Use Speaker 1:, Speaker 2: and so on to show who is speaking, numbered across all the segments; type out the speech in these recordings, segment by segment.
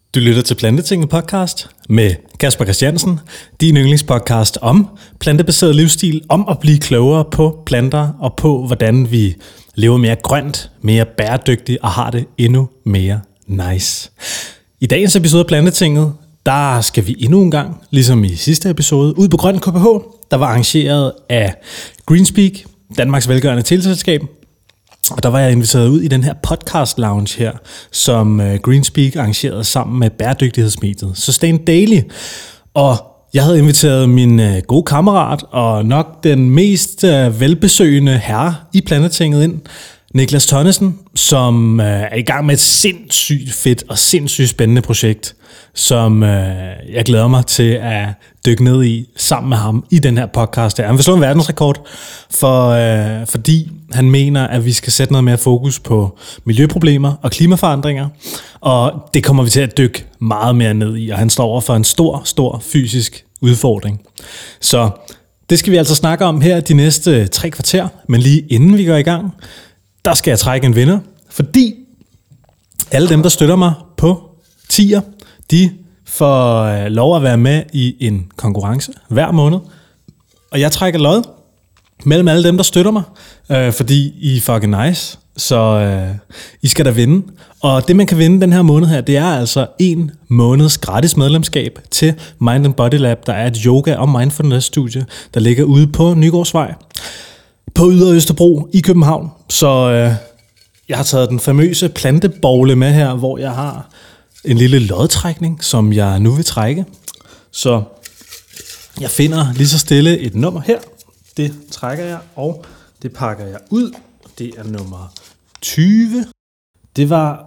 Speaker 1: Du lytter til Plantetinget podcast med Kasper Christiansen, din yndlingspodcast om plantebaseret livsstil, om at blive klogere på planter og på, hvordan vi lever mere grønt, mere bæredygtigt og har det endnu mere nice. I dagens episode af Plantetinget, der skal vi endnu en gang, ligesom i sidste episode, ud på Grøn KPH, der var arrangeret af Greenspeak, Danmarks velgørende teleselskab. Og der var jeg inviteret ud i den her podcast lounge her, som Greenspeak arrangerede sammen med bæredygtighedsmediet Sustain Daily. Og jeg havde inviteret min gode kammerat og nok den mest velbesøgende herre i Plantetinget ind, Niklas Tonnesen, som er i gang med et sindssygt fedt og sindssygt spændende projekt, som jeg glæder mig til at dykke ned i sammen med ham i den her podcast. Han vil slå en verdensrekord, fordi han mener, at vi skal sætte noget mere fokus på miljøproblemer og klimaforandringer, og det kommer vi til at dykke meget mere ned i, og han står over for en stor fysisk udfordring. Så det skal vi altså snakke om her de næste 3 kvarter, men lige inden vi går i gang, der skal jeg trække en vinder, fordi alle dem, der støtter mig på Tier, de får lov at være med i en konkurrence hver måned. Og jeg trækker lod mellem alle dem, der støtter mig, fordi I er fucking nice, så I skal da vinde. Og det, man kan vinde den her måned her, det er altså 1 måneds gratis medlemskab til Mind and Body Lab, der er et yoga- og mindfulness-studie, der ligger ude på Nygårdsvej på Ydre Østerbro i København. Så jeg har taget den famøse plantebogle med her, hvor jeg har en lille lodtrækning, som jeg nu vil trække. Så jeg finder lige så stille et nummer her. Det trækker jeg, og det pakker jeg ud. Det er nummer 20. Det var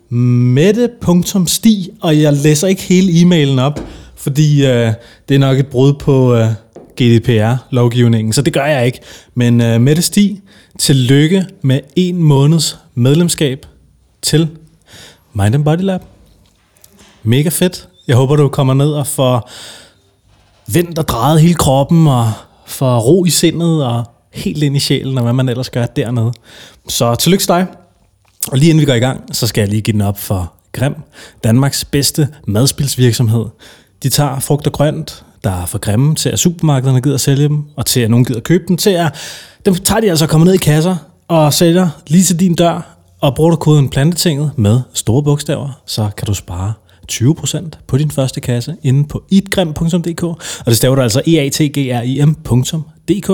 Speaker 1: mette.stig, og jeg læser ikke hele e-mailen op, fordi det er nok et brud på GDPR-lovgivningen, så det gør jeg ikke. Men Mette Stig, tillykke med 1 måneds medlemskab til Mind and Body Lab. Mega fedt. Jeg håber, du kommer ned og får vendt og drejet hele kroppen, og får ro i sindet, og helt ind i sjælen, og hvad man ellers gør dernede. Så tillykke til dig. Og lige inden vi går i gang, så skal jeg lige give den op for Grim, Danmarks bedste madspilsvirksomhed. De tager frugt og grønt, der er for grimme, til at supermarkederne gider at sælge dem, og til at nogen gider at købe dem, dem tager de altså at komme ned i kasser og sælger lige til din dør, og bruger du koden Plantetinget med store bogstaver, så kan du spare 20% på din første kasse inde på eatgrim.dk, og det staver du altså eatgrim.dk.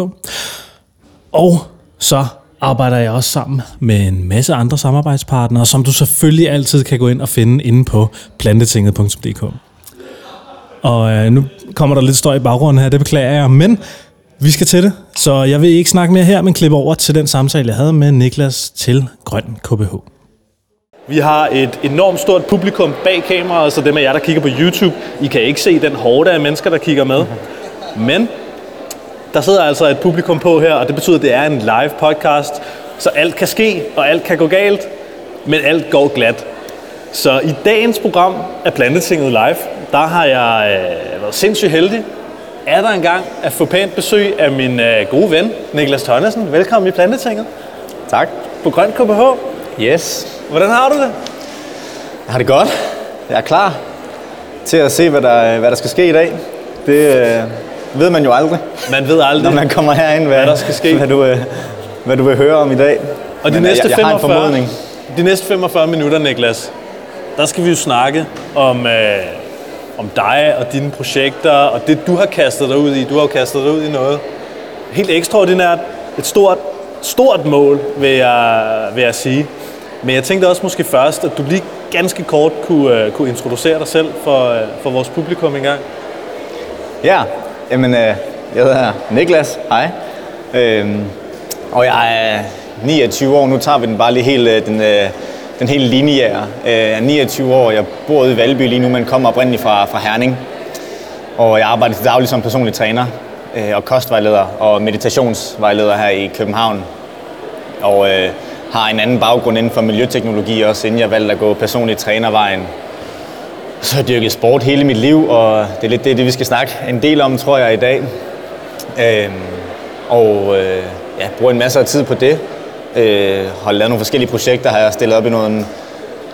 Speaker 1: Og så arbejder jeg også sammen med en masse andre samarbejdspartnere, som du selvfølgelig altid kan gå ind og finde inde på plantetinget.dk. Og nu kommer der lidt støj i baggrunden her, det beklager jeg, men vi skal til det. Så jeg vil ikke snakke mere her, men klippe over til den samtale, jeg havde med Niklas til Grøn KPH. Vi har et enormt stort publikum bag kameraet, så dem af jer, der kigger på YouTube, I kan ikke se den horde af mennesker, der kigger med. Men der sidder altså et publikum på her, og det betyder, at det er en live podcast, så alt kan ske, og alt kan gå galt, men alt går glat. Så i dagens program af Plantetinget Live, der har jeg været sindssygt heldig. Er der engang at få pænt besøg af min gode ven, Niklas Tonnesen. Velkommen i Plantetinget.
Speaker 2: Tak.
Speaker 1: På Grøn KPH.
Speaker 2: Yes.
Speaker 1: Hvordan har du det?
Speaker 2: Jeg har det godt. Jeg er klar til at se, hvad der skal ske i dag. Det ved man jo aldrig.
Speaker 1: Man ved aldrig,
Speaker 2: når man kommer herind,
Speaker 1: hvad der skal ske.
Speaker 2: Hvad du vil høre om i dag.
Speaker 1: Og de næste, de næste 45 minutter, Niklas, der skal vi jo snakke om dig og dine projekter, og det du har kastet dig ud i. Du har jo kastet dig ud i noget helt ekstraordinært. Et stort mål, vil jeg sige. Men jeg tænkte også måske først, at du lige ganske kort kunne introducere dig selv for vores publikum engang.
Speaker 2: Ja, jamen, jeg hedder Niklas. Hej. Og jeg er 29 år. Nu tager vi den bare lige helt den hele lineære. Jeg er 29 år, jeg bor ude i Valby lige nu, men kommer oprindeligt fra Herning. Og jeg arbejder til daglig som personlig træner og kostvejleder og meditationsvejleder her i København. Og har en anden baggrund inden for miljøteknologi også, inden jeg valgte at gå personlig trænervejen. Så har jeg dyrket sport hele mit liv, og det er lidt det vi skal snakke en del om, tror jeg, i dag. Bruger en masse af tid på det. Har lavet nogle forskellige projekter, har jeg stillet op i nogle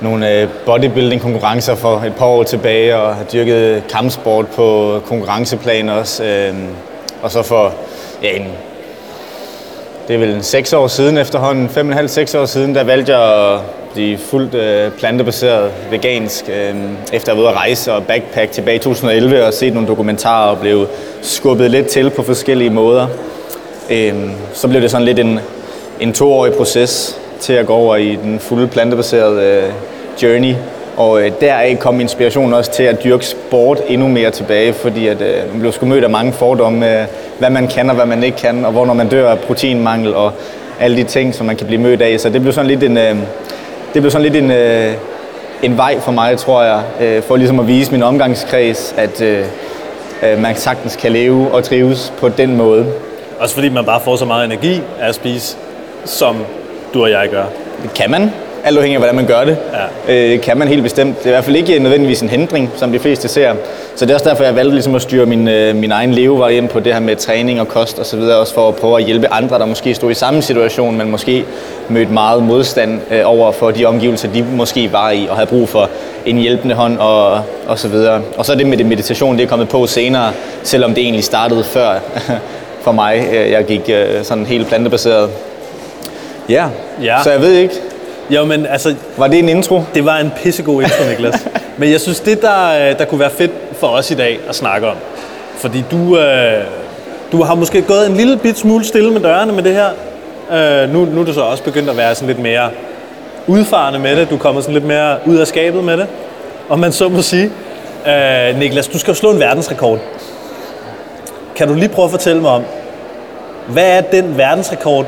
Speaker 2: nogle bodybuilding-konkurrencer for et par år tilbage, og har dyrket kampsport på konkurrenceplan også. Og så for det er vel 6 år siden efterhånden, 5,5-6 år siden, der valgte jeg at blive fuldt plantebaseret vegansk, efter at have været ude at rejse og backpack tilbage i 2011 og set nogle dokumentarer og blev skubbet lidt til på forskellige måder. Så blev det sådan lidt en 2-årig proces til at gå over i den fulde plantebaserede journey. Og deraf kom inspiration også til at dyrke sport endnu mere tilbage, fordi at man blev sgu mødt af mange fordomme med, hvad man kan og hvad man ikke kan, og hvornår man dør af proteinmangel og alle de ting, som man kan blive mødt af. Så det blev sådan lidt en vej for mig, tror jeg, for ligesom at vise min omgangskreds, at man sagtens kan leve og trives på den måde.
Speaker 1: Også fordi man bare får så meget energi af at spise, som du og jeg gør.
Speaker 2: Det kan man. Alt afhængig af, hvordan man gør det. Ja. Kan man helt bestemt. Det er i hvert fald ikke nødvendigvis en hindring, som de fleste ser. Så det er også derfor, jeg valgte ligesom at styre min egen levevej på det her med træning og kost og så videre, også for at prøve at hjælpe andre, der måske stod i samme situation, men måske mødte meget modstand over for de omgivelser, de måske var i, og havde brug for en hjælpende hånd og så videre. Og så det med det meditation, det er kommet på senere, selvom det egentlig startede før for mig. Jeg gik sådan helt plantebaseret. Ja, så jeg ved ikke.
Speaker 1: Jo, men altså...
Speaker 2: Var det en intro?
Speaker 1: Det var en pissegod intro, Niklas. Men jeg synes, det der kunne være fedt for os i dag at snakke om. Fordi du har måske gået en lille bit smule stille med dørene med det her. Nu er du så også begyndt at være sådan lidt mere udfarende med det. Du er kommet sådan lidt mere ud af skabet med det, om man så må sige. Niklas, du skal jo slå en verdensrekord. Kan du lige prøve at fortælle mig om, hvad er den verdensrekord?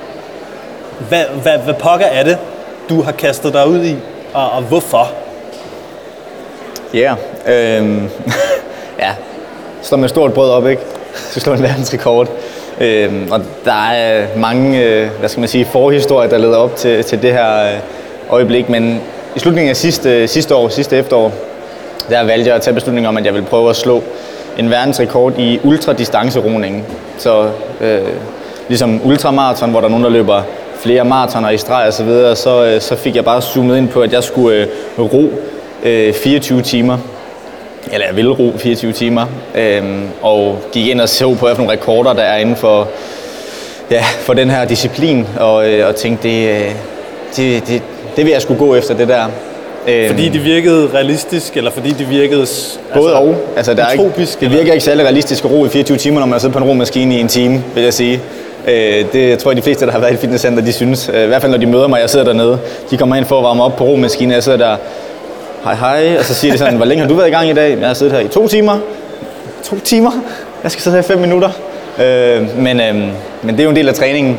Speaker 1: Hvad pokker er det, du har kastet dig ud i, og hvorfor?
Speaker 2: Ja, slå med stort brød op, ikke? Så slå en verdensrekord. Og der er mange, forhistorier, der leder op til det her øjeblik. Men i slutningen af sidste efterår, der valgte jeg at tage beslutningen om, at jeg ville prøve at slå en verdensrekord i ultradistanceroning. Så ligesom ultramaraton, hvor der er nogen, der løber flere maratoner i streg og så videre, så fik jeg bare zoomet ind på, at jeg skulle ro 24 timer. Eller jeg ville ro 24 timer. Og gik ind og så på, nogle rekorder, der er inden for den her disciplin. Og tænkte, det vil jeg skulle gå efter det der.
Speaker 1: Fordi det virkede realistisk, eller fordi det virkede
Speaker 2: både og. Altså, det virker ikke særlig realistisk at ro i 24 timer, når man sidder på en romaskine i en time, vil jeg sige. Det tror jeg, de fleste, der har været i et fitnesscenter, de synes. I hvert fald, når de møder mig, jeg sidder dernede. De kommer ind for at varme op på romaskinen, jeg sidder der, hej, og så siger de sådan, hvor længe har du været i gang i dag? Jeg har siddet her i 2 timer. 2 timer? Jeg skal sidde her i 5 minutter. Men det er jo en del af træningen.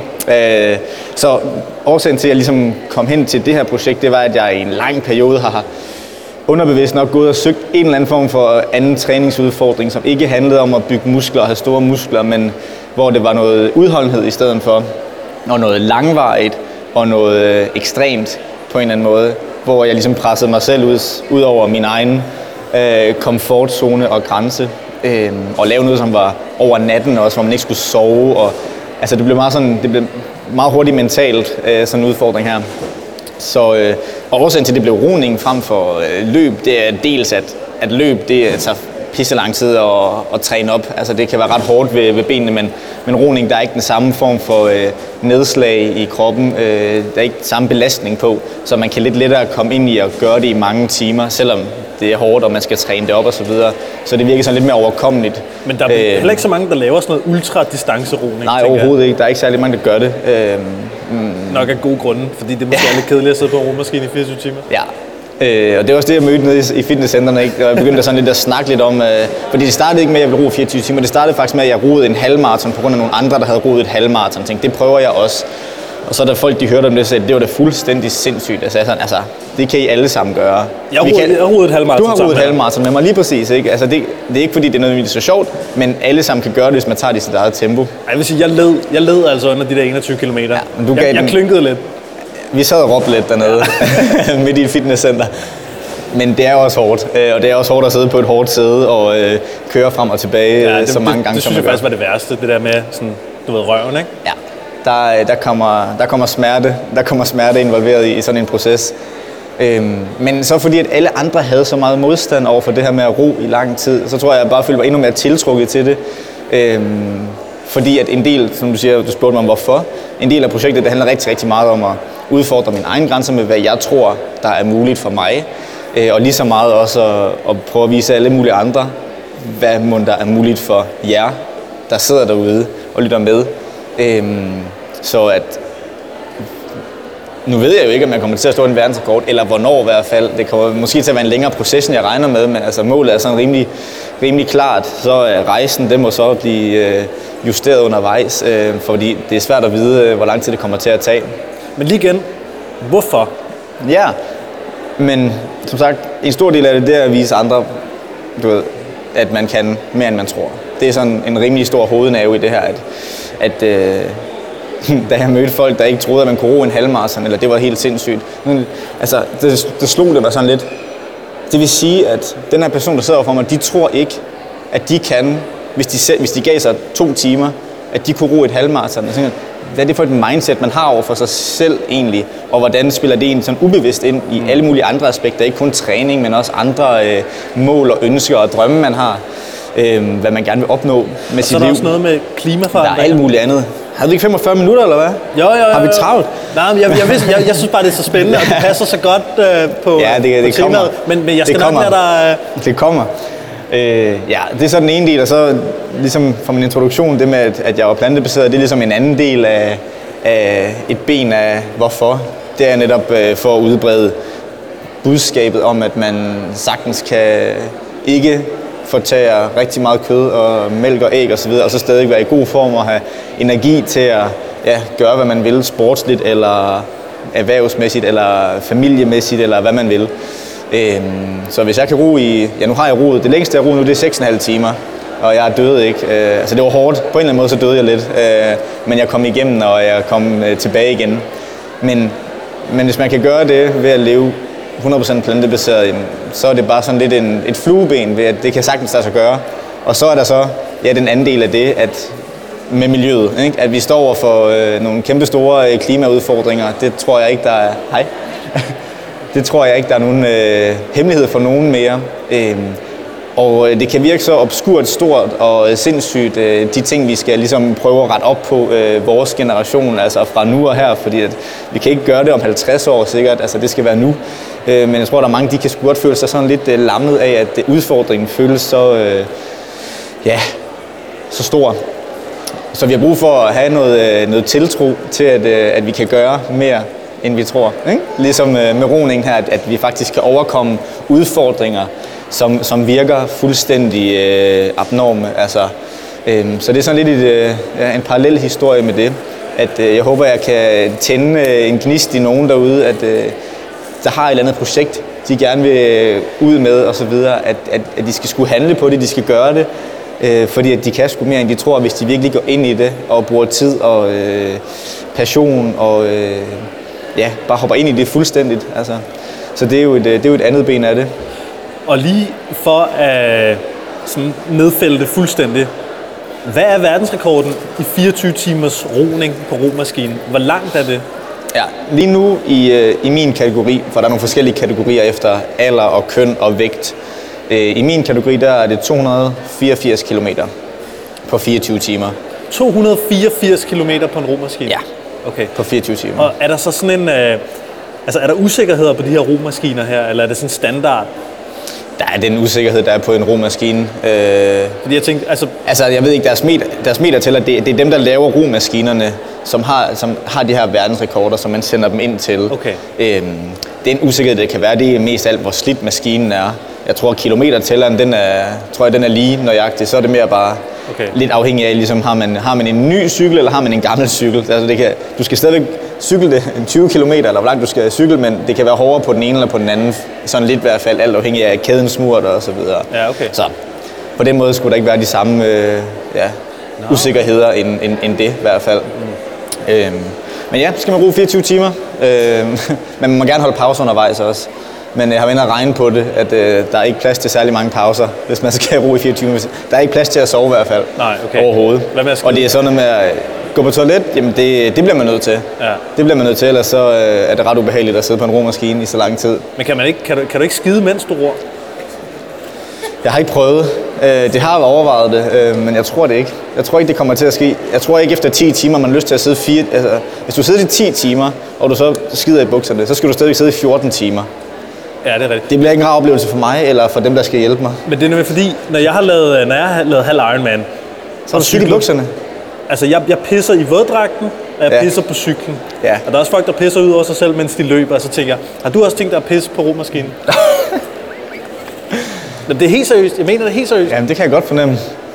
Speaker 2: Så årsagen til, at jeg ligesom kom hen til det her projekt, det var, at jeg i en lang periode har underbevidst nok gået og søgt en eller anden form for anden træningsudfordring, som ikke handlede om at bygge muskler og have store muskler, men hvor det var noget udholdenhed i stedet for, og noget langvarigt og noget ekstremt på en eller anden måde, hvor jeg ligesom pressede mig selv ud over min egen komfortzone og grænse, og lavede noget, som var over natten også, hvor man ikke skulle sove, og altså det blev meget hurtigt mentalt, sådan en udfordring her. Så og årsagen til, at det blev roning frem for løb, det er dels, at løb, det tager pisse lang tid at træne op. Altså det kan være ret hårdt ved benene, men roning, der er ikke den samme form for nedslag i kroppen. Der er ikke samme belastning på, så man kan lidt lettere komme ind i at gøre det i mange timer, selvom det er hårdt, og man skal træne det op og så videre. Så det virker sådan lidt mere overkommeligt.
Speaker 1: Men der er heller ikke så mange, der laver sådan noget ultradistanceroning?
Speaker 2: Nej, overhovedet ikke. Der er ikke særlig mange, der gør det.
Speaker 1: Nok af gode grunde, fordi det måske er lidt kedeligt at sidde på en romaskine i 24 timer. Ja.
Speaker 2: Og det var også det, jeg mødte nede i fitnesscentrene, ikke? Og jeg begyndte sådan lidt at snakke lidt om, fordi det startede ikke med, at jeg ville ro 24 timer. Det startede faktisk med, at jeg roede en halvmaraton på grund af nogle andre, der havde roet et halvmaraton. Jeg tænkte, det prøver jeg også. Og så da folk de hørte om det, så det var da fuldstændig sindssygt. Jeg sagde sådan, altså, det kan I alle sammen gøre.
Speaker 1: Jeg roede et halvmaraton.
Speaker 2: Du har roet et halvmaraton med mig, lige præcis, ikke? Altså, det er ikke fordi, det er noget så sjovt, men alle sammen kan gøre det, hvis man tager det i sit eget tempo.
Speaker 1: Jeg vil sige, jeg led altså under de der 21 kilometer. Ja, jeg klynkede lidt.
Speaker 2: Vi sad og råbte lidt dernede, midt i et fitnesscenter. Men det er også hårdt, og det er også hårdt at sidde på et hårdt sæde og køre frem og tilbage så mange gange,
Speaker 1: det synes jeg faktisk var det værste, det der med sådan, du ved, røven, ikke?
Speaker 2: Ja, der kommer smerte involveret i sådan en proces. Men så fordi, at alle andre havde så meget modstand over for det her med at ro i lang tid, så tror jeg bare følte mig endnu mere tiltrukket til det. Fordi at en del, som du siger, du spurgte mig om hvorfor, en del af projektet, det handler rigtig, rigtig meget om at udfordre mine egne grænser med, hvad jeg tror, der er muligt for mig. Og lige så meget også at prøve at vise alle mulige andre, hvad der er muligt for jer, der sidder derude og lytter med. Så at nu ved jeg jo ikke, om jeg kommer til at stå en verdensrekord, eller hvornår i hvert fald. Det kommer måske til at være en længere proces, end jeg regner med, men altså målet er sådan rimelig klart. Så rejsen, det må så blive justeret undervejs, fordi det er svært at vide, hvor lang tid det kommer til at tage.
Speaker 1: Men lige igen, hvorfor?
Speaker 2: Ja, men som sagt, en stor del af det er at vise andre, at man kan mere, end man tror. Det er sådan en rimelig stor hovednerve i det her, at da jeg mødte folk, der ikke troede, at man kunne ro en halvmaraton, eller det var helt sindssygt. Men, altså, det slog det mig sådan lidt. Det vil sige, at den her person, der sidder for mig, de tror ikke, at de kan, hvis de gav sig 2 timer, at de kunne ro et halvmaraton. Hvad er det for et mindset, man har over for sig selv egentlig, og hvordan spiller det egentlig sådan ubevidst ind i alle mulige andre aspekter, ikke kun træning, men også andre mål og ønsker og drømme, man har, hvad man gerne vil opnå med sit liv.
Speaker 1: Så er der også noget med klimaforandring.
Speaker 2: Der er alt muligt andet. Har du ikke 45 minutter, eller hvad?
Speaker 1: Jo.
Speaker 2: Har vi travlt?
Speaker 1: Nej, men jeg synes bare, det er så spændende, og det passer så godt på,
Speaker 2: ja, det
Speaker 1: på temaet. Men jeg skal nok lade dig...
Speaker 2: Det kommer. Ja, det er så den ene del, og så ligesom fra min introduktion, det med, at jeg var plantebaseret, det er ligesom en anden del af et ben af hvorfor. Det er netop for at udbrede budskabet om, at man sagtens kan ikke fortære rigtig meget kød og mælk og æg osv., og så stadig være i god form og have energi til at gøre, hvad man vil, sportsligt eller erhvervsmæssigt eller familiemæssigt eller hvad man vil. Så hvis jeg kan ro nu har jeg roet, det længste jeg roet nu, det er 6,5 timer, og jeg døde ikke. Altså det var hårdt, på en eller anden måde så døde jeg lidt, men jeg kom igennem, og jeg kom tilbage igen. Men hvis man kan gøre det ved at leve 100% plantebaseret, så er det bare sådan lidt et flueben ved, at det kan sagtens lade sig gøre. Og så er der så den anden del af det, at med miljøet, ikke? At vi står over for nogle kæmpe store klimaudfordringer, det tror jeg ikke, der er... Hej. Det tror jeg ikke, der er nogen hemmelighed for nogen mere. Og det kan virke så obskurt, stort og sindssygt, de ting, vi skal ligesom prøve at rette op på vores generation, altså fra nu og her, fordi at vi kan ikke gøre det om 50 år sikkert, altså det skal være nu. Men jeg tror, der er mange, de kan sgu godt føle sig sådan lidt lammet af, at udfordringen føles så, så stor. Så vi har brug for at have noget tiltro til, at vi kan gøre mere, end vi tror. Ikke? Ligesom med roningen her, at vi faktisk kan overkomme udfordringer, som virker fuldstændig abnorme. Altså, så det er sådan lidt en parallel historie med det. At jeg håber, jeg kan tænde en gnist i nogen derude, at der har et eller andet projekt, de gerne vil ud med osv., at de skal skulle handle på det, de skal gøre det, fordi at de kan sgu mere, end de tror, hvis de virkelig går ind i det og bruger tid og passion og bare hopper ind i det fuldstændigt. Altså. Så det er jo et andet ben af det.
Speaker 1: Og lige for at sådan nedfælde det fuldstændigt, hvad er verdensrekorden i 24 timers roning på romaskinen? Hvor langt er det?
Speaker 2: Ja, lige nu i min kategori, for der er nogle forskellige kategorier efter alder og køn og vægt. I min kategori, der er det 284 km på 24 timer.
Speaker 1: 284 km på en romaskine?
Speaker 2: Ja,
Speaker 1: okay.
Speaker 2: På 24 timer.
Speaker 1: Og er der så sådan en... er der usikkerheder på de her romaskiner her, eller er det sådan standard?
Speaker 2: Der er den usikkerhed, der er på en romaskine.
Speaker 1: Fordi jeg tænkte,
Speaker 2: altså jeg ved ikke, deres meter til, at det er dem, der laver romaskinerne, som har de her verdensrekorder, som man sender dem ind til.
Speaker 1: Okay.
Speaker 2: Den usikkerhed, det kan være, det er mest alt, hvor slidt maskinen er. Jeg tror, kilometertælleren, den er lige nøjagtig. Så er det mere bare lidt afhængig af, ligesom, har man en ny cykel, eller har man en gammel cykel. Altså, du skal stadigvæk cykle det 20 km, eller hvor langt du skal cykle, men det kan være hårdere på den ene eller på den anden. Sådan lidt i hvert fald, alt afhængig af kæden smurt og så videre.
Speaker 1: Ja, okay.
Speaker 2: Så på den måde skulle der ikke være de samme usikkerheder end det i hvert fald. Men ja, så skal man bruge 24 timer. Men man må gerne holde pauser undervejs også. Men jeg har været inde at regne på det, at der er ikke plads til særlig mange pauser, hvis man skal ro i 24 timer. Der er ikke plads til at sove i hvert fald.
Speaker 1: Nej, okay.
Speaker 2: Overhovedet.
Speaker 1: Hvad med at
Speaker 2: og det er sådan noget med, Gå på toilet, jamen det bliver man nødt til.
Speaker 1: Ja.
Speaker 2: Det bliver man nødt til, ellers så er det ret ubehageligt at sidde på en romaskine i så lang tid.
Speaker 1: Men kan du ikke skide, mens du ror?
Speaker 2: Jeg har ikke prøvet. Det har jeg overvejet det, men jeg tror det ikke. Jeg tror ikke, det kommer til at ske. Jeg tror ikke efter 10 timer, man har lyst til at sidde 4... Altså, hvis du sidder i 10 timer, og du så skider i bukserne, så skal du stadig sidde i 14 timer.
Speaker 1: Ja, det er rigtigt.
Speaker 2: Det bliver ikke en rar oplevelse for mig, eller for dem, der skal hjælpe mig.
Speaker 1: Men det er nemlig fordi, når jeg har lavet halv Ironman...
Speaker 2: Så har du skidt i bukserne?
Speaker 1: Altså, jeg pisser i våddragten, og jeg pisser på cyklen.
Speaker 2: Ja.
Speaker 1: Og der er også folk, der pisser ud over sig selv, mens de løber, og så tænker jeg, har du også tænkt dig at pisse på romaskinen? Men det er helt seriøst. Jeg mener det helt seriøst.
Speaker 2: Jamen, det kan jeg godt fornemme.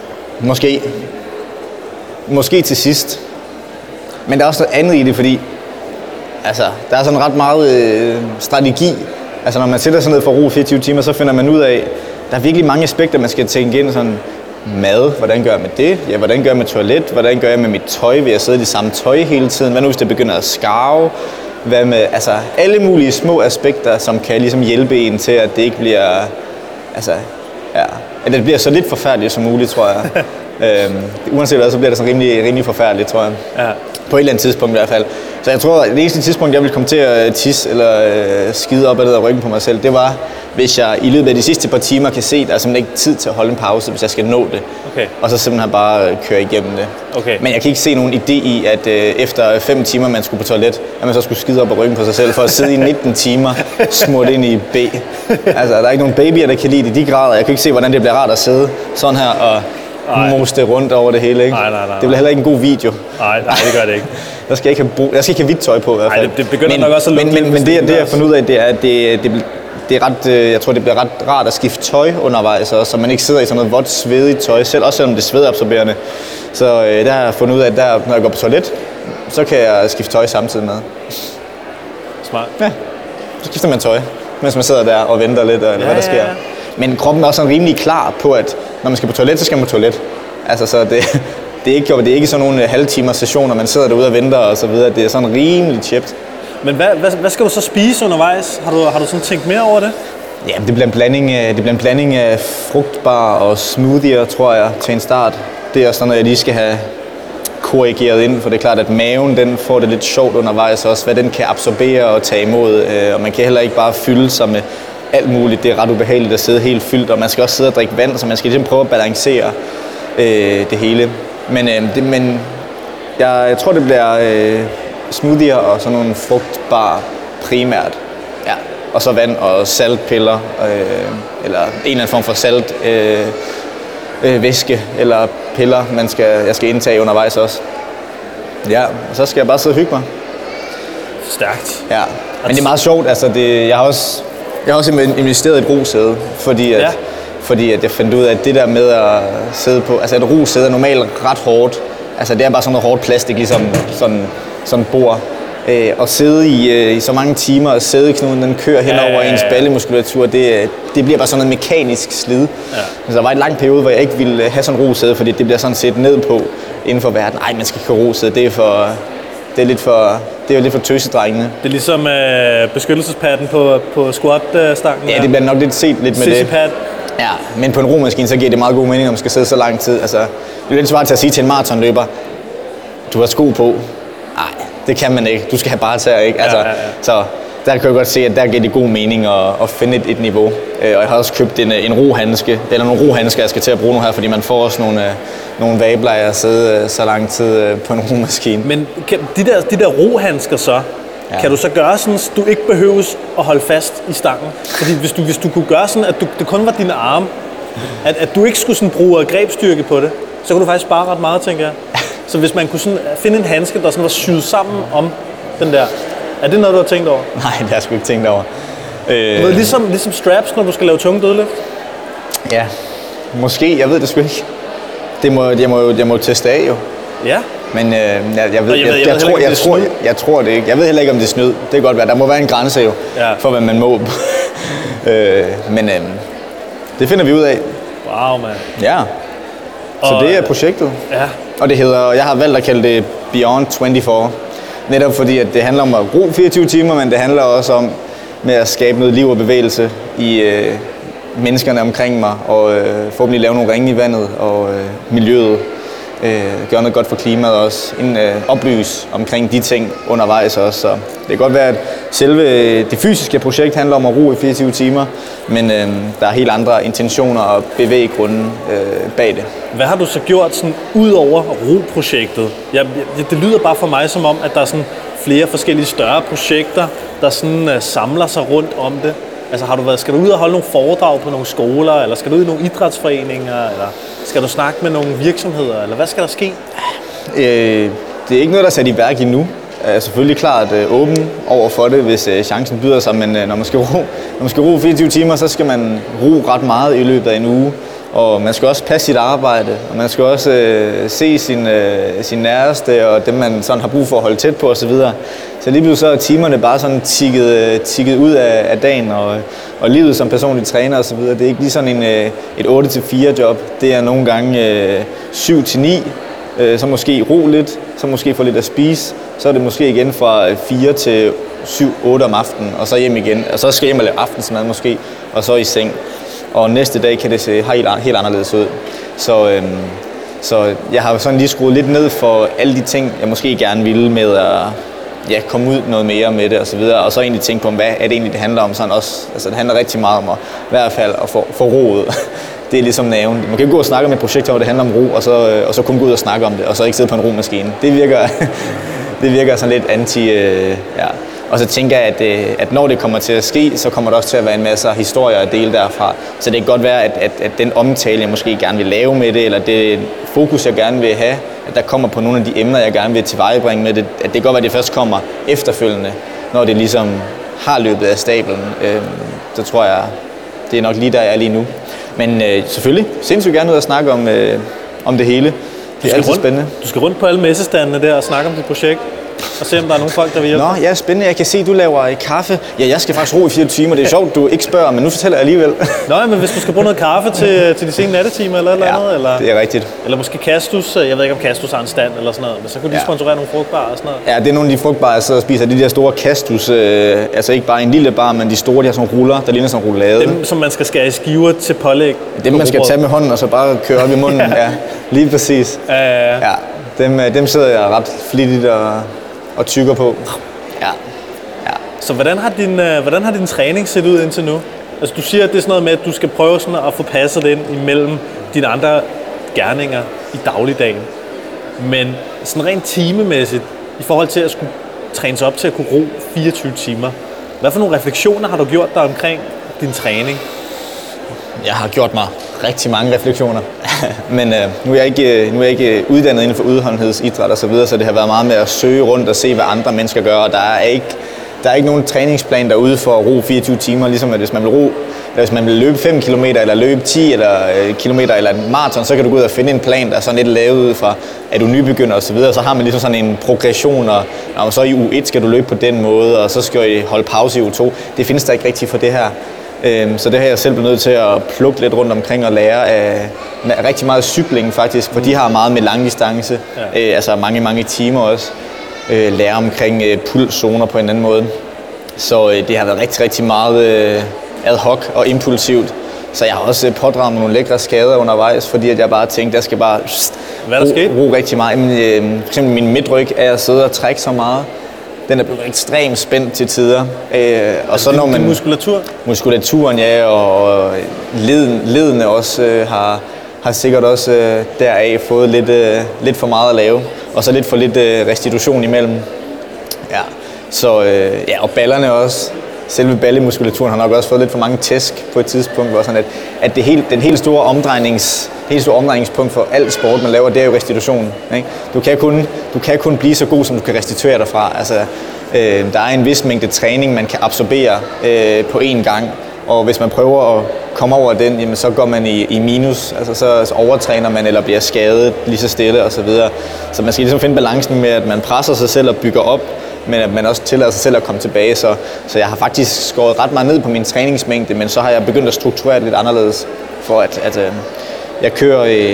Speaker 2: Måske til sidst. Men der er også noget andet i det, fordi altså, der er sådan ret meget strategi. Altså, når man sætter sig ned for at ro 24 timer, så finder man ud af, der er virkelig mange aspekter, man skal tænke ind. Sådan mad, hvordan gør jeg med det? Ja, hvordan gør jeg med toilet? Hvordan gør jeg med mit tøj? Vil jeg sidde i det samme tøj hele tiden? Hvad nu, hvis det begynder at skarve? Hvad med, altså, alle mulige små aspekter, som kan ligesom hjælpe en til, at det ikke bliver... Altså, ja, at det bliver så lidt forfærdeligt som muligt, tror jeg. Uanset hvad, så bliver det så rimelig forfærdeligt, tror jeg.
Speaker 1: Ja.
Speaker 2: På et eller andet tidspunkt i hvert fald. Så jeg tror, at det eneste tidspunkt, jeg ville komme til at tisse eller skide op ad det ryggen på mig selv, det var, hvis jeg i løbet af de sidste par timer kan se, at der er simpelthen ikke tid til at holde en pause, hvis jeg skal nå det.
Speaker 1: Okay.
Speaker 2: Og så simpelthen bare køre igennem det.
Speaker 1: Okay.
Speaker 2: Men jeg kan ikke se nogen idé i, at efter 5 timer, man skulle på toilet, at man så skulle skide op ad ryggen på sig selv, for at sidde i 19 timer smurt ind i B. Altså, der er ikke nogen babyer, der kan lide det i de grader. Jeg kan ikke se, hvordan det bliver rart at sidde sådan her og moste rundt over det hele, ikke?
Speaker 1: Nej.
Speaker 2: Det bliver heller ikke en god video.
Speaker 1: Nej, det gør det ikke.
Speaker 2: Jeg skal ikke have hvidt tøj på i hvert fald.
Speaker 1: Nej, det begynder nok også at lukke.
Speaker 2: Men det jeg har fundet ud af, det er, at det er ret, jeg tror, det bliver ret rart at skifte tøj undervejs, så man ikke sidder i sådan noget vådt, svedigt tøj, også selvom det er svedabsorberende. Så der har jeg fundet ud af, at når jeg går på toilet, så kan jeg skifte tøj samtidig med.
Speaker 1: Smart.
Speaker 2: Ja, så skifter man tøj, mens man sidder der og venter lidt, eller hvad der sker. Ja. Men kroppen er også sådan rimelig klar på, at når man skal på toilet, så skal man på toilet. Altså, så det er ikke sådan nogle halvtimers sessioner, man sidder derude og venter og så videre. Det er sådan rimelig chipt.
Speaker 1: Men hvad skal du så spise undervejs? Har du sådan tænkt mere over det?
Speaker 2: Ja, det bliver en blanding af frugtbar og smoothier, tror jeg, til en start. Det er også sådan noget, jeg lige skal have korrigeret ind, for det er klart, at maven den får det lidt sjovt undervejs også, hvad den kan absorbere og tage imod. Og man kan heller ikke bare fylde sig med alt muligt. Det er ret ubehageligt at sidde helt fyldt, og man skal også sidde og drikke vand, så man skal ligesom prøve at balancere det hele. Men jeg tror, det bliver smoothier og sådan nogle frugtbar primært. Ja. Og så vand og saltpiller, eller en eller anden form for salt væske eller piller, jeg skal indtage undervejs også. Ja, og så skal jeg bare sidde og hygge mig.
Speaker 1: Stærkt.
Speaker 2: Ja, men det er meget sjovt. Altså jeg har også investeret i et rosæde, fordi at jeg fandt ud af, at det der med at sidde på, altså et rosæde er normalt ret hårdt. Altså det er bare sådan noget hårdt plastik, ligesom sådan et bord. Og sidde i så mange timer, og sædeknuden den kører hen over ens ballemuskulatur, det bliver bare sådan noget mekanisk slid. Ja. Så der var en lang periode, hvor jeg ikke ville have sådan en rosæde, fordi det bliver sådan set ned på inden for verden. Nej, man skal ikke have rosæde, det er lidt for tøsedrengene.
Speaker 1: Det er ligesom beskyttelsespatten på squat-stangen.
Speaker 2: Ja, det bliver nok lidt set lidt med det.
Speaker 1: Pad.
Speaker 2: Ja, men på en romaskine, så giver det meget god mening, at man skal sidde så lang tid. Altså, det er lidt svært til at sige til en maratonløber, du har sko på. Nej, det kan man ikke. Du skal have bare tæer, ikke? Altså, så der kan jeg godt se, at der giver det god mening at finde et niveau. Og jeg har også købt en rohandske, eller nogle rohandsker, jeg skal til at bruge nu her, fordi man får også nogle vabler af at sidde så lang tid på en romaskine.
Speaker 1: Men de der rohandsker så, kan du så gøre sådan, at du ikke behøves at holde fast i stangen? Fordi hvis du kunne gøre sådan, at det kun var dine arme, at du ikke skulle sådan bruge grebstyrke på det, så kunne du faktisk spare ret meget, tænker jeg. Så hvis man kunne sådan finde en handske, der sådan var syet sammen om den der, er det noget, du har tænkt over?
Speaker 2: Nej, det har jeg sgu ikke tænkt over.
Speaker 1: Ligesom straps, når du skal lave tunge dødløft?
Speaker 2: Ja, måske. Jeg ved det sgu ikke. Jeg må teste af jo.
Speaker 1: Ja.
Speaker 2: Men jeg tror det ikke. Jeg ved heller ikke, om det er snyd. Det kan godt være. Der må være en grænse jo, for hvad man må. Men det finder vi ud af.
Speaker 1: Wow, man.
Speaker 2: Ja. Så det er projektet.
Speaker 1: Ja.
Speaker 2: Og jeg har valgt at kalde det Beyond 24. Netop fordi, at det handler om at ro 24 timer, men det handler også om med at skabe noget liv og bevægelse i menneskerne omkring mig, og forhåbentlig lave nogle ringe i vandet og miljøet. gøre noget godt for klimaet også, oplyse omkring de ting undervejs også. Så det kan godt være, at selve det fysiske projekt handler om at ro i 24 timer, men der er helt andre intentioner og bevæggrunde bag det.
Speaker 1: Hvad har du så gjort sådan, ud over ro-projektet? Det lyder bare for mig som om, at der er sådan flere forskellige større projekter, der sådan, samler sig rundt om det. Altså skal du ud og holde nogle foredrag på nogle skoler, eller skal du ud i nogle idrætsforeninger, eller skal du snakke med nogle virksomheder, eller hvad skal der ske?
Speaker 2: Det er ikke noget, der er sat i værk endnu. Jeg er selvfølgelig klart åben over for det, hvis chancen byder sig, men når man skal ro 24 timer, så skal man ro ret meget i løbet af en uge. Og man skal også passe sit arbejde, og man skal også se sin næreste og dem, man sådan har brug for at holde tæt på osv. Så lige pludselig så er timerne bare sådan tikket ud af dagen, og livet som personlig træner osv. Det er ikke lige sådan et 8-4 job. Det er nogle gange 7-9, så måske ro lidt, så måske få lidt at spise. Så er det måske igen fra 4 til 7-8 om aftenen, og så hjem igen. Og så skal jeg hjem og lave aftensmad måske, og så i seng. Og næste dag kan det se helt anderledes ud. Så jeg har sådan lige skruet lidt ned for alle de ting, jeg måske gerne ville med at komme ud noget mere med det osv. Og så egentlig tænke på, hvad er det egentlig, det handler om sådan også. Altså det handler rigtig meget om i hvert fald at få roet. Det er ligesom nerven. Man kan ikke gå og snakke om et projekt, hvor det handler om ro, og så kun gå ud og snakke om det, og så ikke sidde på en romaskine. Det virker sådan lidt anti... Ja. Og så tænker jeg, at når det kommer til at ske, så kommer der også til at være en masse historier at dele derfra. Så det kan godt være, at den omtale, jeg måske gerne vil lave med det, eller det fokus, jeg gerne vil have, at der kommer på nogle af de emner, jeg gerne vil tilvejebringe med det, at det kan godt være, at det først kommer efterfølgende, når det ligesom har løbet af stablen. Så tror jeg, det er nok lige der, jeg er lige nu. Men selvfølgelig, sindssygt gerne ud at snakke om det hele. Det er altid spændende.
Speaker 1: Du skal rundt på alle messestandene der og snakke om dit projekt. Og se, om der er nogle folk, der vil hjælpe.
Speaker 2: Nå, ja, spændende. Jeg kan se, at du laver kaffe. Ja, jeg skal faktisk ro i 4 timer. Det er sjovt, du ikke spørger, men nu fortæller jeg alligevel.
Speaker 1: Nå, men hvis du skal bruge noget kaffe til de sene nattetimer eller andet, eller...
Speaker 2: det er rigtigt.
Speaker 1: Eller måske Castus. Jeg ved ikke, om Castus har en stand eller sådan noget, men så kunne de sponsorere nogle frugtbarer og sådan noget.
Speaker 2: Ja, det er nogle af de frugtbarer, jeg så spiser. De der store Castus, altså ikke bare en lille bar, men de store, de har sådan nogle ruller, der ligner sådan roulade.
Speaker 1: Dem, som man skal skære i skiver til pålæg.
Speaker 2: Dem, man skal tage med hånden og så bare køre op i munden. Ja, lige præcis. Ja, dem sidder jeg ret flittigt og tykker på. Ja.
Speaker 1: Så hvordan har din træning set ud indtil nu? Altså du siger, at det er sådan noget med, at du skal prøve sådan at få passet det ind imellem dine andre gerninger i dagligdagen. Men sådan rent timemæssigt, i forhold til at skulle træne sig op til at kunne ro 24 timer, hvad for nogle refleksioner har du gjort dig omkring din træning?
Speaker 2: Jeg har gjort mig rigtig mange refleksioner, men nu er jeg ikke uddannet inden for udholdenhedsidræt og så videre, så det har været meget med at søge rundt og se, hvad andre mennesker gør, og der er ikke nogen træningsplan derude for at ro 24 timer, ligesom at hvis man vil løbe 5 km eller løbe 10 eller kilometer eller en maraton, så kan du gå ud og finde en plan, der er sådan lidt lavet ud fra, at du nybegynder og så videre, så har man ligesom sådan en progression, og så i uge 1 skal du løbe på den måde, og så skal du holde pause i uge 2. Det findes der ikke rigtigt for det her. Så det har jeg selv blevet nødt til at plukke lidt rundt omkring og lære af rigtig meget cykling faktisk, for de har meget med langdistance, altså mange timer også. Lære omkring pulszoner på en anden måde. Så det har været rigtig meget ad hoc og impulsivt. Så jeg har også pådraget mig nogle lækre skader undervejs, fordi at jeg bare tænkte, at jeg skal bare ro rigtig meget. For eksempel min midtryg er at sidde og trække så meget. Den er blevet ekstremt spændt til tider. Og så når man muskulaturen, ja, og ledene også har sikkert også deraf fået lidt for meget at lave, og så lidt for lidt restitution imellem. Ja. Så og ballerne også. Selve ballemuskulaturen har nok også fået lidt for mange tæsk på et tidspunkt, hvor sådan at den helt store omdrejningspunkt for al sport, man laver, det er jo restitution. Ikke? Du kan kun blive så god, som du kan restituere dig fra. Altså, der er en vis mængde træning, man kan absorbere på én gang, og hvis man prøver at komme over den, jamen, så går man i minus, altså så overtræner man eller bliver skadet lige så stille og så videre. Så man skal ligesom finde balancen med, at man presser sig selv og bygger op, men at man også tillader sig selv at komme tilbage. Så jeg har faktisk skåret ret meget ned på min træningsmængde, men så har jeg begyndt at strukturere det lidt anderledes, for at jeg kører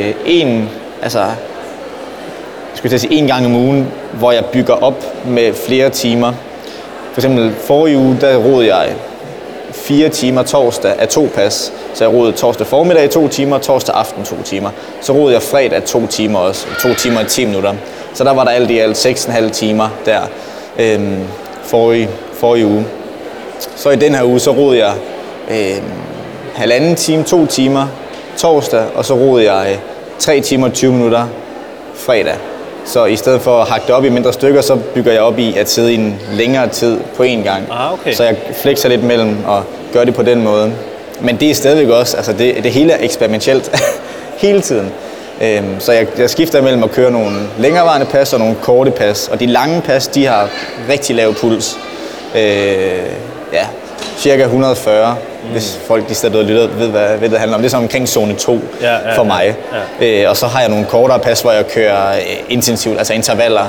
Speaker 2: en gang om ugen, hvor jeg bygger op med flere timer. For eksempel forrige uge, der roede jeg 4 timer torsdag af 2 pas, Så jeg roede torsdag formiddag 2 timer, torsdag aften 2 timer. Så roede jeg fredag 2 timer også, 2 timer og 10 minutter. Så der var der alt i alt 6,5 timer der forrige uge. Så i den her uge, så roede jeg 1,5 time, 2 timer torsdag, og så roede jeg 3 timer og 20 minutter fredag. Så i stedet for at hakke det op i mindre stykker, så bygger jeg op i at sidde i en længere tid på én gang.
Speaker 1: Okay.
Speaker 2: Så jeg flexer lidt mellem og gør det på den måde. Men det er stadigvæk også, altså det hele er eksperimentelt hele tiden. Så jeg skifter mellem at køre nogle længerevarende pas og nogle korte pas. Og de lange pas, de har rigtig lav puls. Cirka 140, hvis folk de stedet lytter ved, hvad det handler om. Det er så omkring zone 2 for mig. Ja. Og så har jeg nogle kortere pas, hvor jeg kører intensivt, altså intervaller,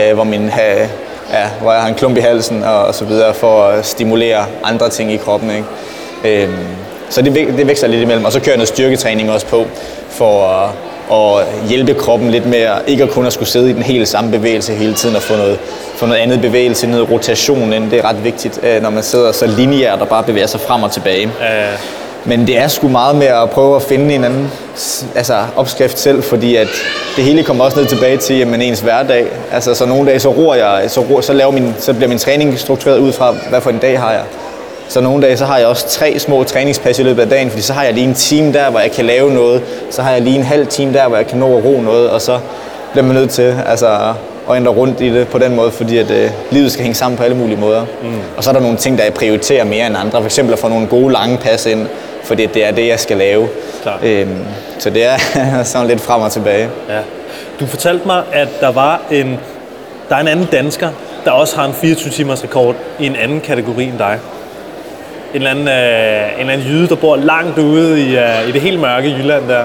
Speaker 2: hvor jeg har en klump i halsen og så videre, for at stimulere andre ting i kroppen. Ikke? Så det vækster lidt imellem. Og så kører jeg noget styrketræning også på, for at hjælpe kroppen lidt med ikke at kun at skulle sidde i den helt samme bevægelse hele tiden og få noget andet bevægelse, noget rotation ind. Det er ret vigtigt, når man sidder så lineært og bare bevæger sig frem og tilbage. Men det er sgu meget med at prøve at finde en anden opskrift selv, fordi at det hele kommer også ned tilbage til ens hverdag. Altså så nogle dage så roer jeg, så bliver min træning struktureret ud fra, hvad for en dag har jeg. Så nogle dage så har jeg også 3 små træningspas i løbet af dagen, fordi så har jeg lige en time der, hvor jeg kan lave noget. Så har jeg lige en halv time der, hvor jeg kan nå at ro noget, og så bliver man nødt til at ændre rundt i det på den måde, fordi at livet skal hænge sammen på alle mulige måder. Og så er der nogle ting, der jeg prioriterer mere end andre. For eksempel at få nogle gode lange pas ind, fordi det er det, jeg skal lave. Så det er sådan lidt frem og tilbage. Ja.
Speaker 1: Du fortalte mig, at der er en anden dansker, der også har en 24-timers rekord i en anden kategori end dig. En eller anden jyde, der bor langt ude i det helt mørke Jylland der.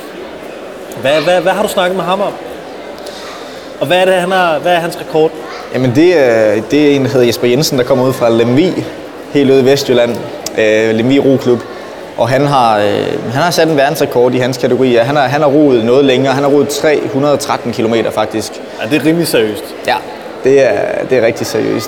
Speaker 1: Hvad har du snakket med ham om? Og hvad er hans rekord?
Speaker 2: Jamen det er en, der hedder Jesper Jensen, der kommer ud fra Lemvig, helt ude i Vestjylland. Lemvig Roklub. Og han har sat en verdensrekord i hans kategori. Han har roet noget længere. Han har roet 313 kilometer faktisk.
Speaker 1: Ja, det er rimelig seriøst.
Speaker 2: Ja. Det er rigtig seriøst.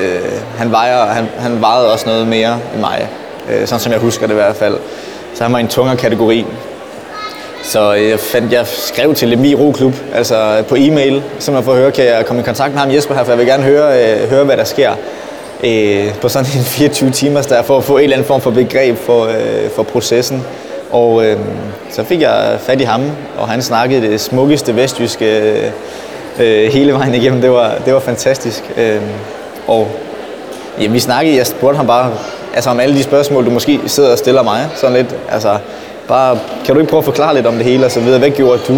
Speaker 2: Han vejede også noget mere end mig, sådan som jeg husker det i hvert fald. Så han var i en tungere kategori. Så jeg skrev til Lemvig Roklub, altså på e-mail, simpelthen for at høre, kan jeg komme i kontakt med ham Jesper her, for jeg vil gerne høre hvad der sker på sådan en 24 timers der, for at få en eller anden form for begreb for processen. Og så fik jeg fat i ham, og han snakkede det smukkeste vestjyske hele vejen igennem. Det var fantastisk. Og ja, vi snakkede, jeg spurgte ham bare om alle de spørgsmål, du måske sidder og stiller mig. Sådan lidt, bare, kan du ikke prøve at forklare lidt om det hele og så videre? Hvad gjorde du?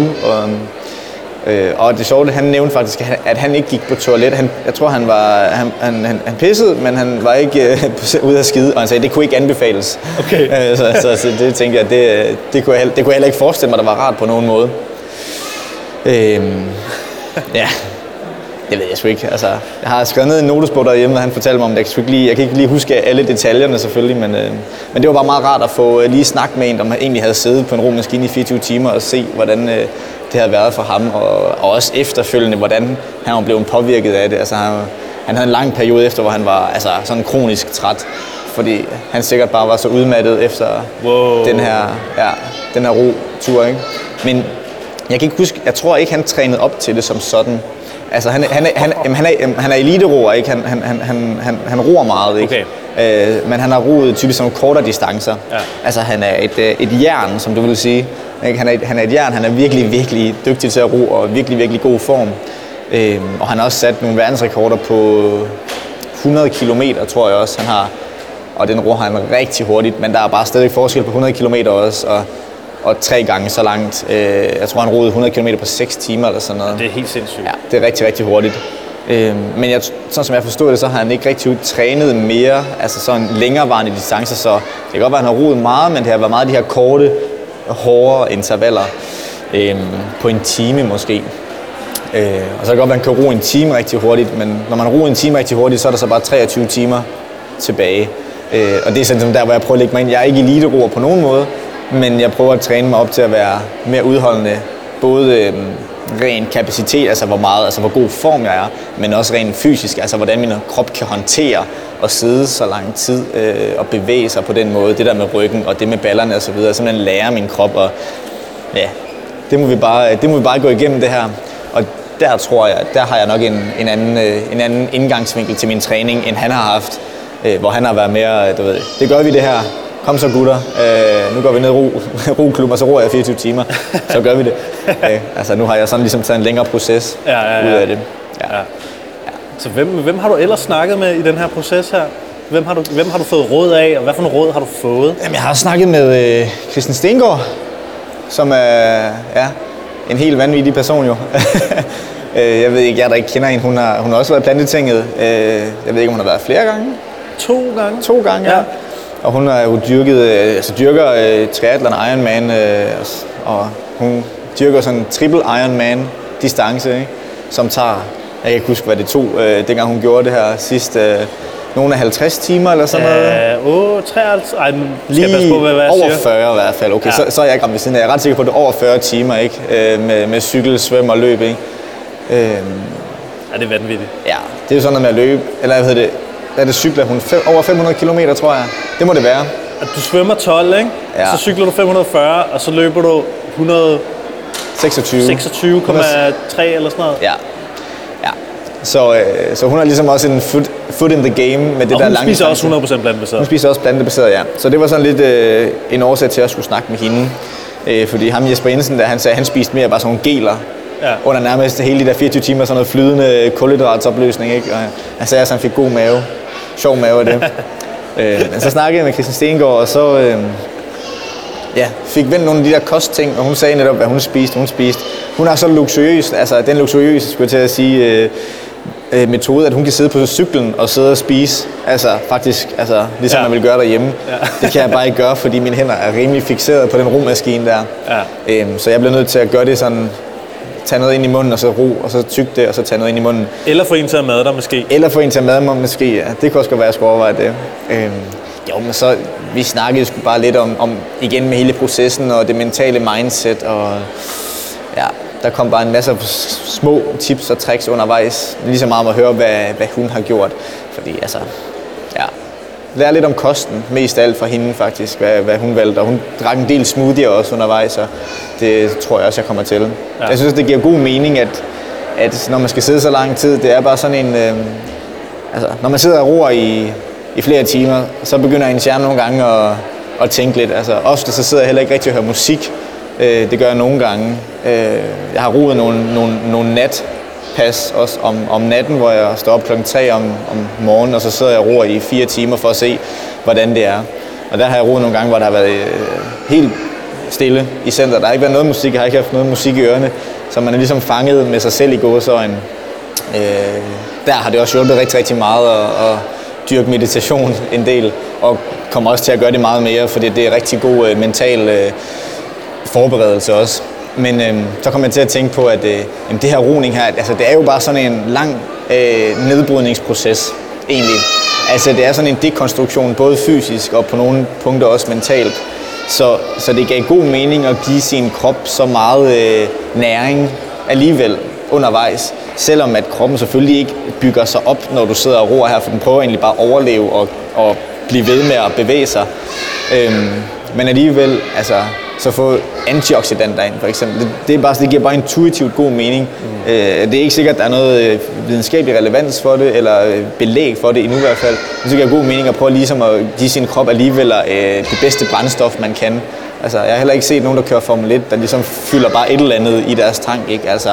Speaker 2: Og det sjove, han nævnte faktisk, at han ikke gik på toilet. Jeg tror, han pissede, men han var ikke ude at skide. Og han sagde, at det kunne ikke anbefales.
Speaker 1: Okay.
Speaker 2: Så det tænkte jeg, det kunne jeg heller ikke forestille mig, der var rart på nogen måde. Ja, det ved jeg sgu ikke. Jeg har skrevet ned i en notesbog derhjemme, og han fortalte mig om det. Jeg kan ikke lige huske alle detaljerne selvfølgelig, men det var bare meget rart at få lige snakket med en, der egentlig havde siddet på en romaskine i 24 timer og se, hvordan det havde været for ham, og også efterfølgende, hvordan han var blevet påvirket af det. Han havde en lang periode efter, hvor han var sådan kronisk træt, fordi han sikkert bare var så udmattet efter den her rotur, ikke? Men jeg kan ikke huske, jeg tror ikke, han trænede op til det som sådan. Han er eliteroer, ikke? Han roer meget, ikke? Okay. Men han har roet typisk som kortere distancer. Ja. Han er et jern, som du vil sige. Ikke? Han er et jern, han er virkelig, virkelig dygtig til at ro og virkelig, virkelig god form. Og han har også sat nogle verdensrekorder på 100 kilometer, tror jeg også, han har. Og den roer han rigtig hurtigt, men der er bare stadig forskel på 100 kilometer også. Og 3 gange så langt. Jeg tror, han rodede 100 km på 6 timer eller sådan noget.
Speaker 1: Det er helt sindssygt.
Speaker 2: Ja, det er rigtig, rigtig hurtigt. Men sådan som jeg forstod det, så har han ikke rigtig trænet mere, sådan længerevarende distancer, så det kan godt være, at han har rodet meget, men det har været meget de her korte, hårde intervaller på en time måske. Og så kan det godt være, at han kan ro en time rigtig hurtigt, men når man roer en time rigtig hurtigt, så er der så bare 23 timer tilbage. Og det er sådan der, hvor jeg prøver at lægge mig ind. Jeg er ikke elite-roer på nogen måde, men jeg prøver at træne mig op til at være mere udholdende, både ren kapacitet, hvor god form jeg er, men også rent fysisk, hvordan min krop kan håndtere at sidde så lang tid og bevæge sig på den måde, det der med ryggen og det med ballerne og så videre, simpelthen lære min krop, og ja, det må vi bare gå igennem det her. Og der tror jeg, der har jeg nok en anden indgangsvinkel til min træning, end han har haft, hvor han har været mere, du ved, det gør vi det her, kom så gutter, nu går vi ned i roklub, og så roer jeg 24 timer, så gør vi det. Altså nu har jeg sådan ligesom taget en længere proces ud af det. Ja.
Speaker 1: Så hvem har du ellers snakket med i den her proces her? Hvem har du fået råd af, og hvad for nogle råd har du fået?
Speaker 2: Jamen, jeg har snakket med Kristen Stengård, som er en helt vanvittig person jo. Jeg ved ikke, jeg der ikke kender hende. Hun har også været i Plantetinget. Jeg ved ikke, om hun har været flere gange.
Speaker 1: 2 gange?
Speaker 2: 2 gange, ja. Og hun har jo dyrker triathlon Ironman, og hun dyrker sådan en triple Ironman distance, ikke? Som tager, jeg kan ikke huske, hvad det tog, dengang hun gjorde det her sidst, nogle af 50 timer eller sådan noget. 53,
Speaker 1: lige passe på, hvad jeg
Speaker 2: over
Speaker 1: siger.
Speaker 2: 40 i hvert fald. Okay, ja. så er jeg ikke ramt ved siden af. Jeg er ret sikker på, at det er over 40 timer, ikke? Med cykel, svøm og løb, ikke?
Speaker 1: Ja, det er vanvittigt.
Speaker 2: Ja, det er jo sådan noget med at løbe, eller hvad hedder det, er det cykler hun over 500 km, tror jeg. Det må det være.
Speaker 1: At du svømmer 12, ikke? Ja. Så cykler du 540, og så løber du 126,3 eller sådan noget.
Speaker 2: Ja. Så hun har ligesom også en foot in the game med det
Speaker 1: og
Speaker 2: der
Speaker 1: lange.
Speaker 2: Hun
Speaker 1: spiser også 100% plantebaseret.
Speaker 2: Hun spiser også plantebaseret, ja. Så det var sådan lidt en årsag til at skulle snakke med hende. Fordi ham Jesper Jensen, der han sagde, han spiste mere bare sådan nogle geler. Ja. Under nærmest hele de der 24 timer, sådan noget flydende kulhydratsopløsning, ikke? Og han sagde, at han fik god mave. Sjov mave af det. Men så snakkede jeg med Kristen Stengård, og så fik vendt nogle af de der kostting, og hun sagde netop, hvad hun spiste. Hun er så luksuriøs, altså den luksuriøse, skulle jeg til at sige, metode, at hun kan sidde på cyklen og sidde og spise. Altså faktisk, ligesom man vil gøre derhjemme. Ja. Det kan jeg bare ikke gøre, fordi mine hænder er rimelig fikseret på den romaskine der. Ja. Så jeg bliver nødt til at gøre det sådan, tage noget ind i munden, og så ro, og så tygge det, og så tage noget ind i munden.
Speaker 1: Eller få en til at made dig måske.
Speaker 2: Ja. Det kunne også godt være, at jeg skulle overveje det. Jo, men så, vi snakkede sgu bare lidt om igen med hele processen, og det mentale mindset, og ja, der kom bare en masse små tips og tricks undervejs. Lige så meget om at høre, hvad hun har gjort. Fordi lære lidt om kosten, mest af alt fra hende faktisk, hvad hun valgte. Og hun drak en del smoothie også undervejs, og det tror jeg også, jeg kommer til. Ja. Jeg synes, det giver god mening, at når man skal sidde så lang tid, det er bare sådan en... når man sidder og roer i flere timer, så begynder ens hjerne nogle gange at tænke lidt. Altså, ofte så sidder jeg heller ikke rigtig og hører musik. Det gør jeg nogle gange. Jeg har roet nogle natpas også om natten, hvor jeg står op klokken 3 om morgenen, og så sidder jeg og roer i 4 timer for at se, hvordan det er. Og der har jeg roet nogle gange, hvor der har været helt stille i center. Der har ikke været noget musik, jeg har ikke haft noget musik i ørerne, så man er ligesom fanget med sig selv i gåseøjne. Der har det også hjulpet rigtig, rigtig meget at dyrke meditation en del, og kommer også til at gøre det meget mere, fordi det er rigtig god mental forberedelse også. Men så kom jeg til at tænke på, at det her roning her, altså det er jo bare sådan en lang nedbrydningsproces egentlig. Altså det er sådan en dekonstruktion, både fysisk og på nogle punkter også mentalt. Så det gav god mening at give sin krop så meget næring alligevel undervejs. Selvom at kroppen selvfølgelig ikke bygger sig op, når du sidder og roer her, for den prøver egentlig bare at overleve og blive ved med at bevæge sig. Men alligevel, så få antioxidanter ind, for eksempel. Det giver bare intuitivt god mening. Det er ikke sikkert, at der er noget videnskabelig relevans for det, eller belæg for det endnu i hvert fald. Men så giver god mening at prøve ligesom at give sin krop alligevel det bedste brændstof, man kan. Altså, jeg har heller ikke set nogen, der kører Formel 1, der ligesom fylder bare et eller andet i deres tank, ikke? Altså,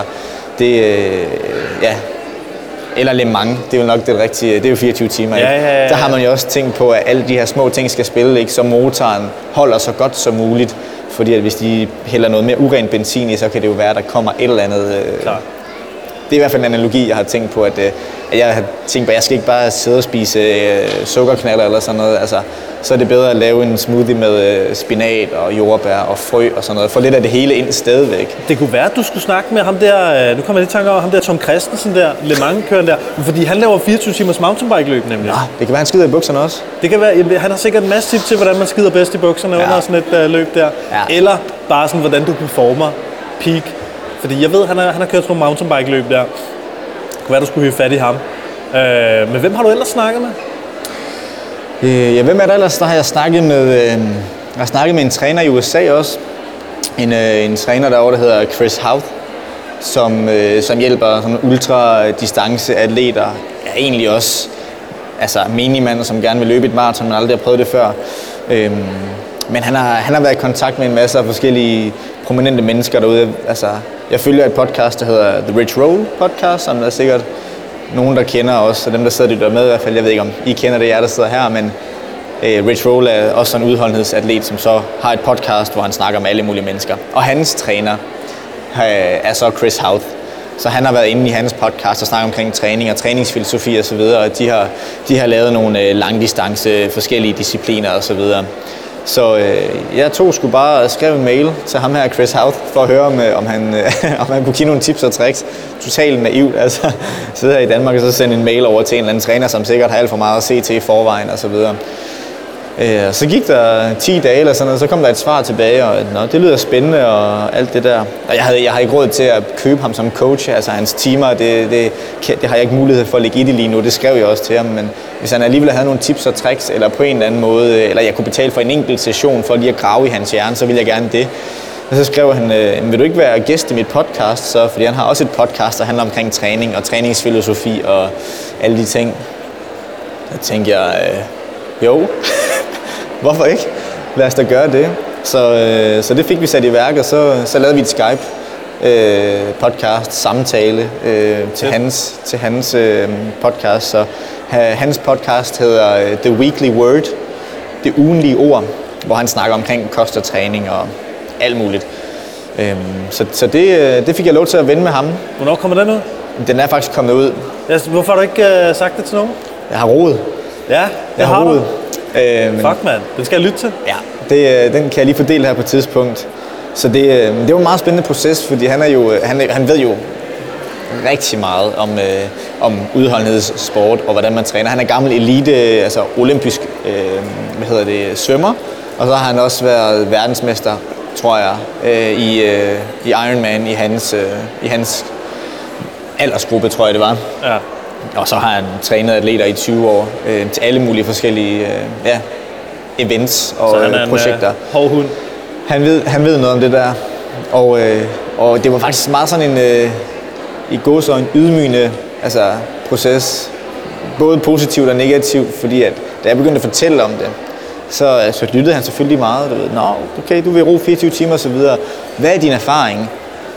Speaker 2: eller Le Mans, det er jo nok det rigtige, det er jo 24 timer, ikke? Ja. Der har man jo også tænkt på, at alle de her små ting skal spille, ikke? Så motoren holder så godt som muligt, fordi at hvis de hælder noget mere uren benzin i, så kan det jo være, at der kommer et eller andet... Det er i hvert fald en analogi, jeg har tænkt på, at jeg har tænkt på, at jeg skal ikke bare sidde og spise sukkerknaller eller sådan noget. Altså, så er det bedre at lave en smoothie med spinat og jordbær og frø og sådan noget. Få lidt af det hele ind stadigvæk.
Speaker 1: Det kunne være, at du skulle snakke med ham der, nu kommer jeg lidt i tanke over, ham der Tom Christensen der, Le Mans-køren der, fordi han laver 24 timers mountainbike-løb nemlig.
Speaker 2: Ja, det kan være, han skider i bukserne også.
Speaker 1: Det kan være, han har sikkert en masse tips til, hvordan man skider bedst i bukserne under sådan et løb der. Ja. Eller bare sådan, hvordan du performer peak. Fordi jeg ved, han har kørt på mountainbike-løb der. Det kunne være, du skulle hive fat i ham. Men hvem har du ellers snakket med?
Speaker 2: Hvem er der ellers? Der har jeg snakket med en træner i USA også. En træner derovre, der hedder Chris Houth, som hjælper sådan ultradistanceatleter. Ja, egentlig også menigmand, som gerne vil løbe et maraton, men aldrig har prøvet det før. Men han har været i kontakt med en masse af forskellige prominente mennesker derude. Jeg følger et podcast, der hedder The Rich Roll Podcast, som der er sikkert nogen, der kender også, og dem, der sidder der med i hvert fald. Jeg ved ikke, om I kender det, jer, der sidder her, men Rich Roll er også sådan en udholdenhedsatlet, som så har et podcast, hvor han snakker med alle mulige mennesker. Og hans træner er så Chris Houth. Så han har været inde i hans podcast og snakket omkring træning og træningsfilosofi og så videre, og de har lavet nogle langdistance forskellige discipliner og så videre. Så jeg skulle bare skrive en mail til ham her, Chris Houth, for at høre, om han kunne give nogle tips og tricks. Totalt naivt, sidde her i Danmark og så sende en mail over til en eller anden træner, som sikkert har alt for meget at se til i forvejen og så videre. Så gik der 10 dage eller sådan noget, så kom der et svar tilbage, og det lyder spændende og alt det der. Og jeg har ikke råd til at købe ham som coach, hans timer, det har jeg ikke mulighed for at lægge i det lige nu, det skrev jeg også til ham, men hvis han alligevel havde nogle tips og tricks, eller på en eller anden måde, eller jeg kunne betale for en enkelt session for lige at grave i hans hjerne, så ville jeg gerne det. Og så skrev han, vil du ikke være gæst i mit podcast, så, fordi han har også et podcast, der handler omkring træning og træningsfilosofi og alle de ting. Så tænkte jeg, jo. Hvorfor ikke? Lad os da gøre det. Så det fik vi sat i værk, og så lavede vi et Skype podcast samtale til hans podcast. Så hans podcast hedder The Weekly Word, det ugenlige ord, hvor han snakker omkring kost og træning og alt muligt. Så det fik jeg lov til at vende med ham.
Speaker 1: Hvornår kommer den ud?
Speaker 2: Den er faktisk kommet ud.
Speaker 1: Hvorfor har du ikke sagt det til nogen?
Speaker 2: Jeg har roet.
Speaker 1: Ja, det har du. Fuck, man. Den skal jeg lytte til.
Speaker 2: Ja, den kan jeg lige fordele her på et tidspunkt. Så det var en meget spændende proces, fordi han ved jo rigtig meget om udholdenhedssport og hvordan man træner. Han er gammel elite, olympisk svømmer, og så har han også været verdensmester, tror jeg, i Ironman i hans aldersgruppe, tror jeg det var. Ja. Og så har han trænet atleter i 20 år til alle mulige forskellige events og projekter. Så han er en
Speaker 1: hård hund.
Speaker 2: Han ved noget om det der. Og det var faktisk meget sådan en ydmygende proces. Både positivt og negativt, fordi at, da jeg begyndte at fortælle om det, så lyttede han selvfølgelig meget. Du ved, okay, du vil ro 24 timer og så videre. Hvad er din erfaring?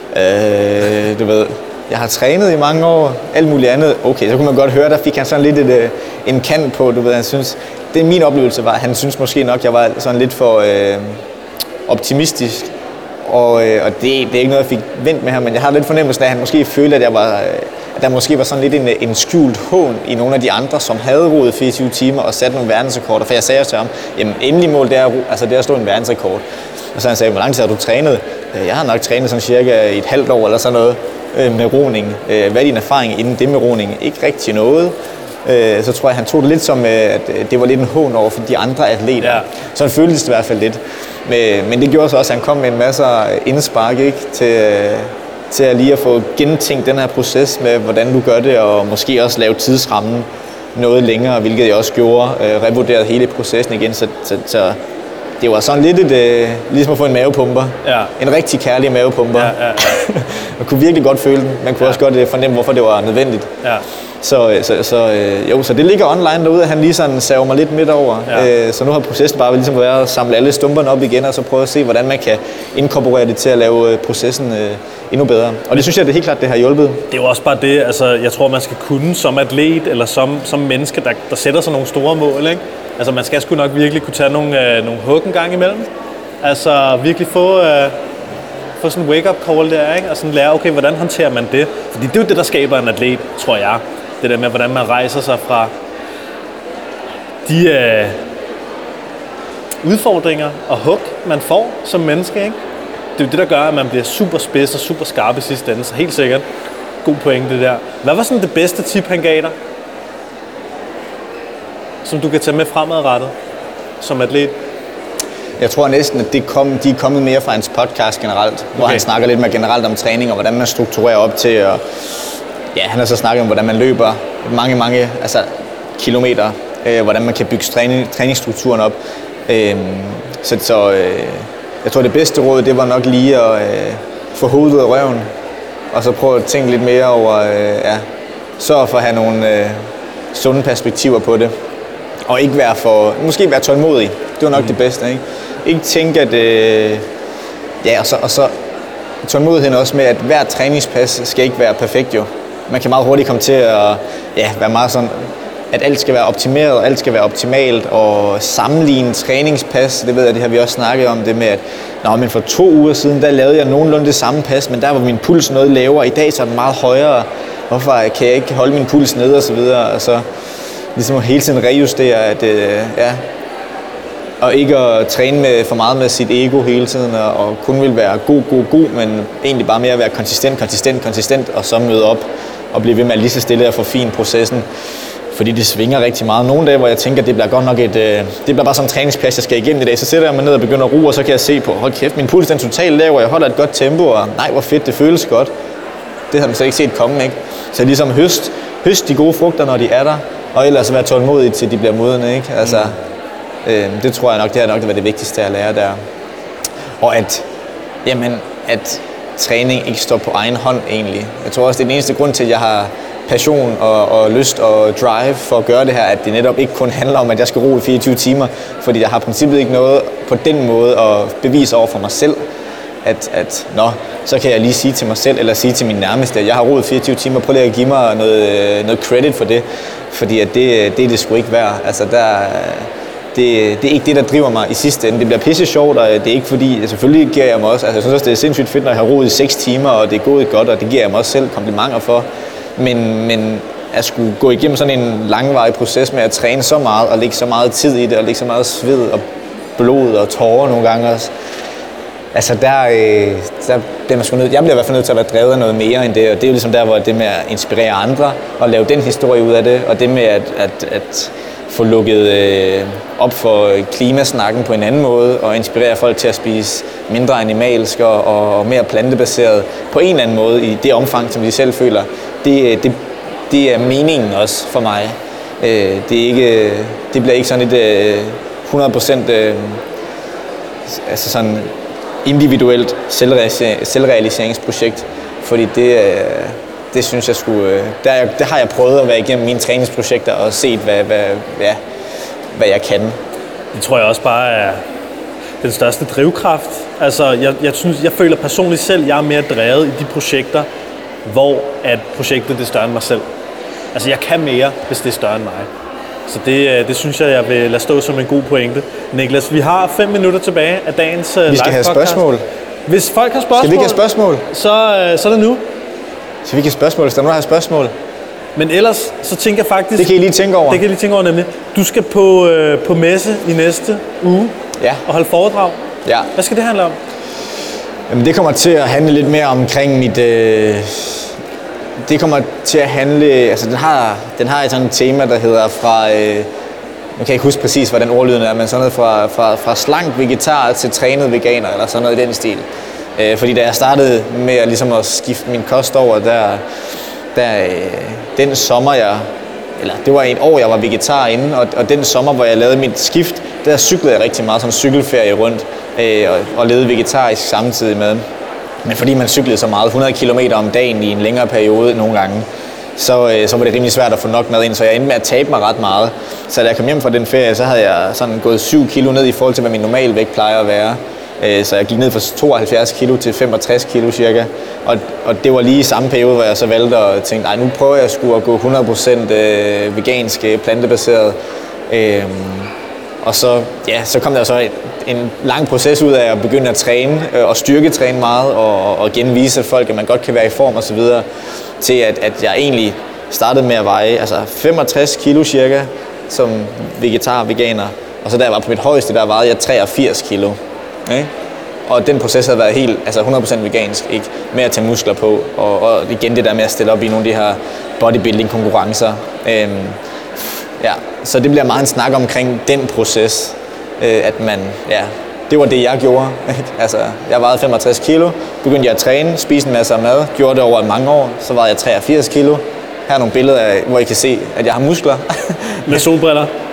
Speaker 2: Du ved, jeg har trænet i mange år, alt muligt andet. Okay, så kunne man godt høre, der fik han sådan lidt en kant på, du ved, han synes. Det min oplevelse var, han synes måske nok, jeg var sådan lidt for optimistisk. Og det er ikke noget, jeg fik vendt med ham, men jeg har lidt fornemmelsen af, at han måske følte, at der måske var sådan lidt en skjult hån i nogle af de andre, som havde roet 24 timer og sat nogle verdensrekorder. For jeg sagde til ham, jamen endelig mål, det er at slå en verdensrekord. Og så han sagde, hvor lang tid har du trænet? Jeg har nok trænet sådan cirka et halvt år eller sådan noget med roning. Hvad er din erfaring inden det med roning? Ikke rigtig noget. Så tror jeg, han tog det lidt som, at det var lidt en hån over for de andre atleter. Ja. Sådan føltes det i hvert fald lidt. Men det gjorde så også, at han kom med en masse indspark, ikke, til at lige at få gentænkt den her proces med, hvordan du gør det, og måske også lave tidsrammen noget længere, hvilket jeg også gjorde. Revurderede hele processen igen, så det var sådan lidt ligesom at få en mavepumper. Ja. En rigtig kærlig mavepumper. Ja. Man kunne virkelig godt føle den. Man kunne også godt fornemme, hvorfor det var nødvendigt. Ja. Så det ligger online derude, at han lige sådan saver mig lidt midt over. Ja. Så nu har processen bare ligesom været at samle alle stumperne op igen, og så prøve at se, hvordan man kan inkorporere det til at lave processen endnu bedre. Og det synes jeg, det er helt klart, det har hjulpet.
Speaker 1: Det er jo også bare det, jeg tror, man skal kunne som atlet, eller som menneske, der sætter sig nogle store mål, ikke? Altså man skal sgu nok virkelig kunne tage nogle hug en gang imellem. Altså virkelig få sådan en wake-up call der, ikke? Og sådan lære, okay, hvordan håndterer man det? Fordi det er jo det, der skaber en atlet, tror jeg. Det der med, hvordan man rejser sig fra de udfordringer og hug, man får som menneske, ikke? Det er jo det, der gør, at man bliver super spids og super skarp i sidste ende. Så helt sikkert. God pointe der. Hvad var sådan det bedste tip, han gav dig? Som du kan tage med fremadrettet som atlet?
Speaker 2: Jeg tror næsten, at de er kommet mere fra hans podcast generelt, hvor han snakker lidt mere generelt om træning og hvordan man strukturerer op til. Og ja, han har så snakket om, hvordan man løber mange kilometer hvordan man kan bygge træningsstrukturen op. Så jeg tror, det bedste råd, det var nok lige at få hovedet ud af røven, og så prøve at tænke lidt mere over, sørge for at have nogle sunde perspektiver på det. Og ikke måske være tålmodig. Det var nok det bedste, ikke? Ikke tænke, at... og så tålmodigheden også med, at hver træningspas skal ikke være perfekt, jo. Man kan meget hurtigt komme til at være meget sådan, at alt skal være optimeret, og alt skal være optimalt, og sammenligne træningspas, det ved jeg, det har vi også snakket om, det med, at men for 2 uger siden, der lavede jeg nogenlunde det samme pas, men der var min puls noget lavere, i dag så er den meget højere, hvorfor kan jeg ikke holde min puls nede, og så videre, og så ligesom hele tiden rejustere, at og ikke at træne med for meget med sit ego hele tiden, og kun vil være god, men egentlig bare mere at være konsistent, og så møde op og blive ved med at lige så stille og forfine processen. Fordi det svinger rigtig meget. Nogle dage, hvor jeg tænker, at det bliver godt nok det bliver bare sådan en træningspas, jeg skal igennem i dag, så sætter jeg mig ned og begynder at ro, og så kan jeg se på, hold kæft, min puls den totalt lav, og jeg holder et godt tempo, og nej, hvor fedt, det føles godt. Det har man så ikke set komme, ikke? Så ligesom høst de gode frugter, når de er der, og ellers være tålmodig til de bliver modne, ikke? Altså, det tror jeg nok, det har nok været det vigtigste at lære der. Og at træning ikke står på egen hånd egentlig. Jeg tror også, det er den eneste grund til, at jeg har passion og lyst og drive for at gøre det her, at det netop ikke kun handler om, at jeg skal ro i 24 timer, fordi jeg har i princippet ikke noget på den måde at bevise over for mig selv, så kan jeg lige sige til mig selv, eller sige til min nærmeste, at jeg har roet 24 timer, prøv lige at give mig noget credit for det, fordi at det sgu ikke værd. Altså det er ikke det, der driver mig i sidste ende. Det bliver pisse sjovt, og det er ikke fordi, selvfølgelig giver jeg mig også, jeg synes også, det er sindssygt fedt, når jeg har roet i 6 timer, og det er gået godt, og det giver jeg mig også selv komplimenter for. Men at skulle gå igennem sådan en langvarig proces med at træne så meget, og lægge så meget tid i det, og lægge så meget sved og blod og tårer nogle gange også. Altså der bliver man sgu nødt. Jeg bliver i hvert fald nødt til at være drevet af noget mere end det, og det er jo ligesom der, hvor det med at inspirere andre, og lave den historie ud af det, og det med at få lukket op for klimasnakken på en anden måde, og inspirere folk til at spise mindre animalsk og mere plantebaseret på en eller anden måde i det omfang, som de selv føler. Det er meningen også for mig. Det bliver ikke sådan et 100% altså sådan individuelt selvrealiseringsprojekt, fordi det synes jeg skulle. Der har jeg prøvet at være igennem mine træningsprojekter og set, hvad jeg kan.
Speaker 1: Det tror jeg også bare er den største drivkraft. Altså, jeg føler personligt selv, jeg er mere drevet i de projekter, hvor at projektet det er større end mig selv. Altså, jeg kan mere, hvis det er større end mig. Så det synes jeg vil lade stå som en god pointe. Niklas, vi har 5 minutter tilbage af dagens live podcast.
Speaker 2: Vi skal have spørgsmål.
Speaker 1: Hvis folk har spørgsmål,
Speaker 2: skal vi ikke have spørgsmål?
Speaker 1: Så er det nu.
Speaker 2: Så vi kan have spørgsmål, hvis der er nogen, der har spørgsmål.
Speaker 1: Men ellers, så tænker jeg faktisk...
Speaker 2: Det kan I lige tænke over.
Speaker 1: Det kan I lige tænke over nemlig. Du skal på messe i næste uge og holde foredrag.
Speaker 2: Ja.
Speaker 1: Hvad skal det handle om?
Speaker 2: Jamen, det kommer til at handle lidt mere omkring mit... Det kommer til at handle... Altså, den har sådan et tema, der hedder fra... Nu kan jeg ikke huske præcis, hvordan ordlyden er, men sådan noget fra slank vegetar til trænet veganer, eller sådan noget i den stil. Fordi da jeg startede med at skifte min kost over, den sommer det var et år, jeg var vegetar inden, og den sommer, hvor jeg lavede mit skift, der cyklede jeg rigtig meget, sådan en cykelferie rundt, og levede vegetarisk samtidig med. Men fordi man cyklede så meget, 100 km om dagen i en længere periode nogle gange, så var det rimelig svært at få nok mad ind, så jeg endte med at tabe mig ret meget. Så da jeg kom hjem fra den ferie, så havde jeg sådan gået 7 kilo ned i forhold til, hvad min normal vægt plejer at være. Så jeg gik ned fra 72 kilo til 65 kilo cirka. Og det var lige i samme periode, hvor jeg så valgte at tænke, nu prøver jeg sgu at gå 100% vegansk, plantebaseret. Og så kom der så en lang proces ud af at begynde at træne og styrketræne meget og genvise folk, at man godt kan være i form og så videre, til at jeg egentlig startede med at veje 65 kilo cirka som vegetar-veganer. Og så da jeg var på mit højeste, der vejede jeg 83 kilo. Okay? Og den proces havde været helt 100% vegansk, ikke? Med at tage muskler på, og igen det der med at stille op i nogle af de her bodybuilding-konkurrencer. Så det bliver meget en snak omkring den proces, at man, det var det jeg gjorde. Ikke? Jeg vejede 65 kilo, begyndte jeg at træne, spise en masse af mad, gjorde det over mange år, så vejede jeg 83 kilo. Her er nogle billeder af, hvor I kan se, at jeg har muskler.
Speaker 1: Med solbriller?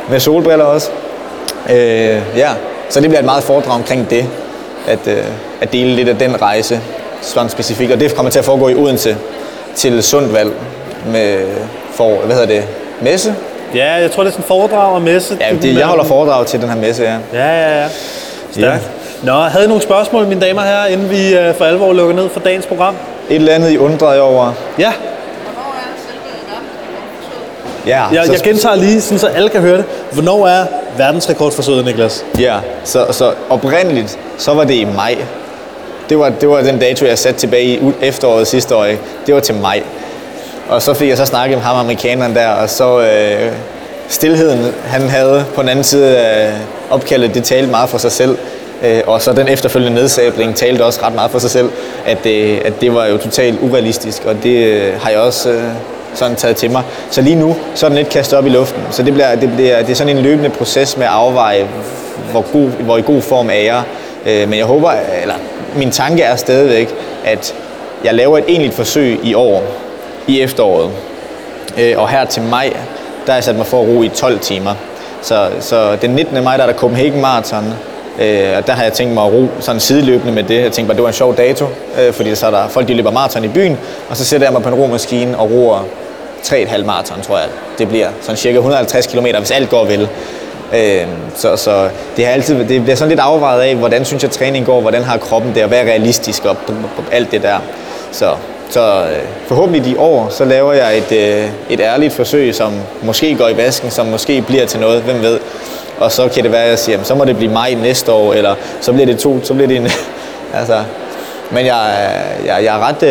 Speaker 2: med solbriller også. Ja, så det bliver et meget foredrag omkring det, at dele lidt af den rejse, sådan specifikt. Og det kommer til at foregå i Odense til Sundvald med, messe?
Speaker 3: Ja, jeg tror, det er sådan en foredrag og messe.
Speaker 2: Ja, jeg holder foredrag til den her messe, ja.
Speaker 3: Ja. Stærkt. Nå, havde I nogle spørgsmål, mine damer og herrer, inden vi for alvor lukker ned for dagens program?
Speaker 2: Et eller andet, I undrede over?
Speaker 3: Ja.
Speaker 4: Hvornår er selve verdensrekordforsøget?
Speaker 2: Ja.
Speaker 3: Jeg gentager lige, sådan, så alle kan høre det. Hvornår er verdensrekordforsøget, Niklas?
Speaker 2: Ja, så oprindeligt, så var det i maj. Det var den dato, jeg satte tilbage i efteråret sidste år. Det var til maj. Og så fik jeg så snakket med ham, amerikaneren der, og så stilheden, han havde på den anden side af opkaldet, det talte meget for sig selv. Og så den efterfølgende nedsabling talte også ret meget for sig selv, at det var jo totalt urealistisk, og det har jeg også sådan taget til mig. Så lige nu, så er den lidt kastet op i luften. Så det er sådan en løbende proces med at afveje, hvor i god form er jeg. Men jeg håber, eller min tanke er stadigvæk, at jeg laver et egentligt forsøg i år, i efteråret. Og her til maj, der har jeg sat mig for at ro i 12 timer. Så den 19. maj, der er der Copenhagen Marathon. Og der har jeg tænkt mig at ro sådan sideløbende med det. Jeg tænkte bare, det var en sjov dato, fordi så er der folk, de løber maraton i byen, og så sætter jeg mig på en romaskine og roer 3,5 maraton, tror jeg. Det bliver sådan cirka 150 km, hvis alt går vel. Så det bliver sådan lidt afvejet af, hvordan synes jeg træning går, hvordan har kroppen det, og hvad er realistisk og alt det der. Så forhåbentlig i år, så laver jeg et ærligt forsøg, som måske går i vasken, som måske bliver til noget, hvem ved. Og så kan det være, at jeg siger, så må det blive maj næste år, eller så bliver det så bliver det en... altså, men jeg er ret...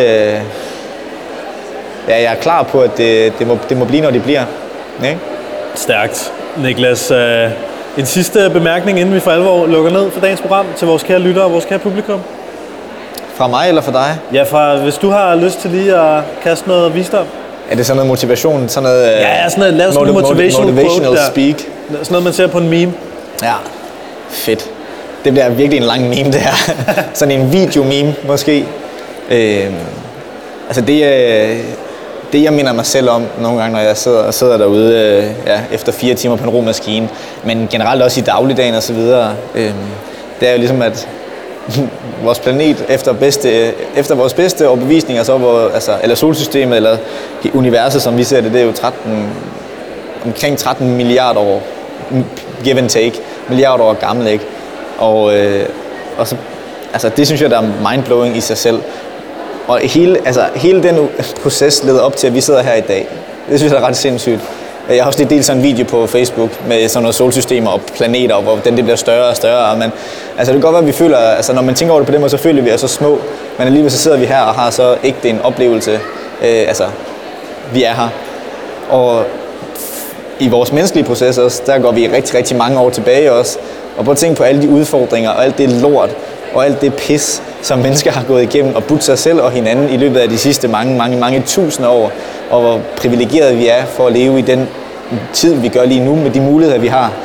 Speaker 2: jeg er klar på, at det må blive, når det bliver. Ikke?
Speaker 3: Stærkt. Niklas, en sidste bemærkning, inden vi for alvor lukker ned for dagens program til vores kære lyttere og vores kære publikum.
Speaker 2: Fra mig eller fra dig?
Speaker 3: Ja, hvis du har lyst til lige at kaste noget visdom.
Speaker 2: Er det sådan noget motivation? Sådan noget,
Speaker 3: ja, sådan noget, lav sådan noget motivational
Speaker 2: speak.
Speaker 3: Sådan noget, man ser på en meme.
Speaker 2: Ja, fedt. Det bliver virkelig en lang meme, det her. Sådan en video-meme, måske. Altså det, jeg minder mig selv om nogle gange, når jeg sidder derude efter 4 timer på en romaskine, men generelt også i dagligdagen og så videre, det er jo ligesom, at vores planet efter vores bedste overbevisninger, eller solsystemet, eller universet, som vi ser det, det er jo omkring 13 milliarder år, give and take, milliarder år gammel, ikke? Og så, altså det synes jeg, der er mindblowing i sig selv. Og hele den proces leder op til, at vi sidder her i dag. Det synes jeg er ret sindssygt. Jeg har også lige delt sådan en video på Facebook med sådan noget solsystemer og planeter, hvor det bliver større og større. Men altså, det kan godt være, at vi føler, altså når man tænker over det på den måde, så føler vi os så små. Men alligevel så sidder vi her og har så ægte en oplevelse. Vi er her. Og i vores menneskelige proces også, der går vi rigtig, rigtig mange år tilbage også. Og prøv at tænke på alle de udfordringer og alt det lort og alt det pis, som mennesker har gået igennem og budt sig selv og hinanden i løbet af de sidste mange tusinder år. Og hvor privilegerede vi er for at leve i den tid, vi gør lige nu med de muligheder, vi har.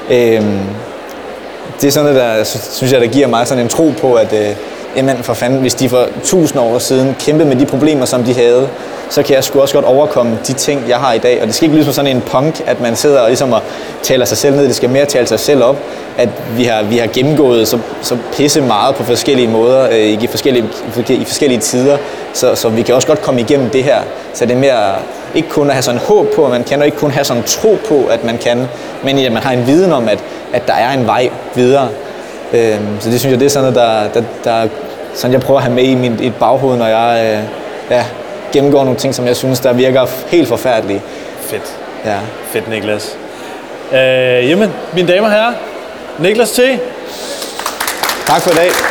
Speaker 2: Det er sådan noget, der synes jeg, der giver mig sådan en tro på, at jamen for fanden, hvis de for 1000 år siden kæmpede med de problemer, som de havde, så kan jeg sgu også godt overkomme de ting, jeg har i dag. Og det skal ikke lyde som sådan en punk, at man sidder og ligesom og taler sig selv ned. Det skal mere tale sig selv op, at vi har gennemgået så pisse meget på forskellige måder i forskellige tider. Så vi kan også godt komme igennem det her. Så det er mere ikke kun at have sådan håb på, at man kan, og ikke kun have sådan tro på, at man kan, men at man har en viden om, at der er en vej videre. Så det synes jeg, det er sådan noget, der sådan jeg prøver at have med i mit baghoved, når jeg gennemgår nogle ting, som jeg synes, der virker helt forfærdelige.
Speaker 3: Fedt.
Speaker 2: Ja.
Speaker 3: Fedt, Niklas. Jamen, mine damer og herrer, Niklas T.
Speaker 2: Tak for i dag.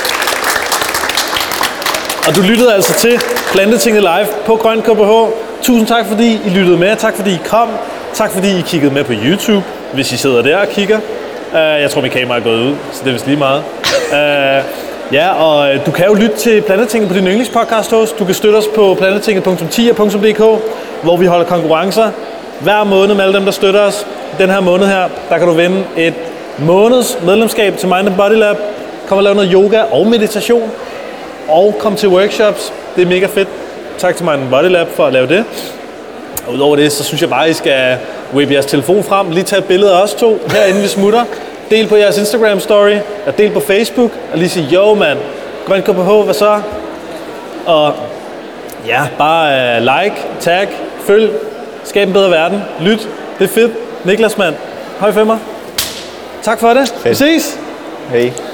Speaker 3: Og du lyttede altså til Plantetinget Live på Grøn KBH. Tusind tak, fordi I lyttede med. Tak, fordi I kom. Tak, fordi I kiggede med på YouTube, hvis I sidder der og kigger. Jeg tror, mit kamera er gået ud, så det er vist lige meget. Ja, og du kan jo lytte til Plantetinget på din yndlingspodcast host. Du kan støtte os på plantetinget.10.dk, hvor vi holder konkurrencer hver måned med alle dem, der støtter os. Den her måned her, der kan du vinde et måneds medlemskab til Mind & Body Lab. Kom og lave noget yoga og meditation. Og kom til workshops. Det er mega fedt. Tak til Mind & Body Lab for at lave det. Og udover det, så synes jeg bare, I skal whip jeres telefon frem, lige tage et billede af os to, herinde vi smutter. Del på jeres Instagram story, og del på Facebook, og lige sige, yo mand, Grøn KBH, hvad så? Og ja, bare like, tag, følg, skab en bedre verden, lyt, det er fedt. Niklas mand, høj femmer. Tak for det, vi ses.
Speaker 2: Hej.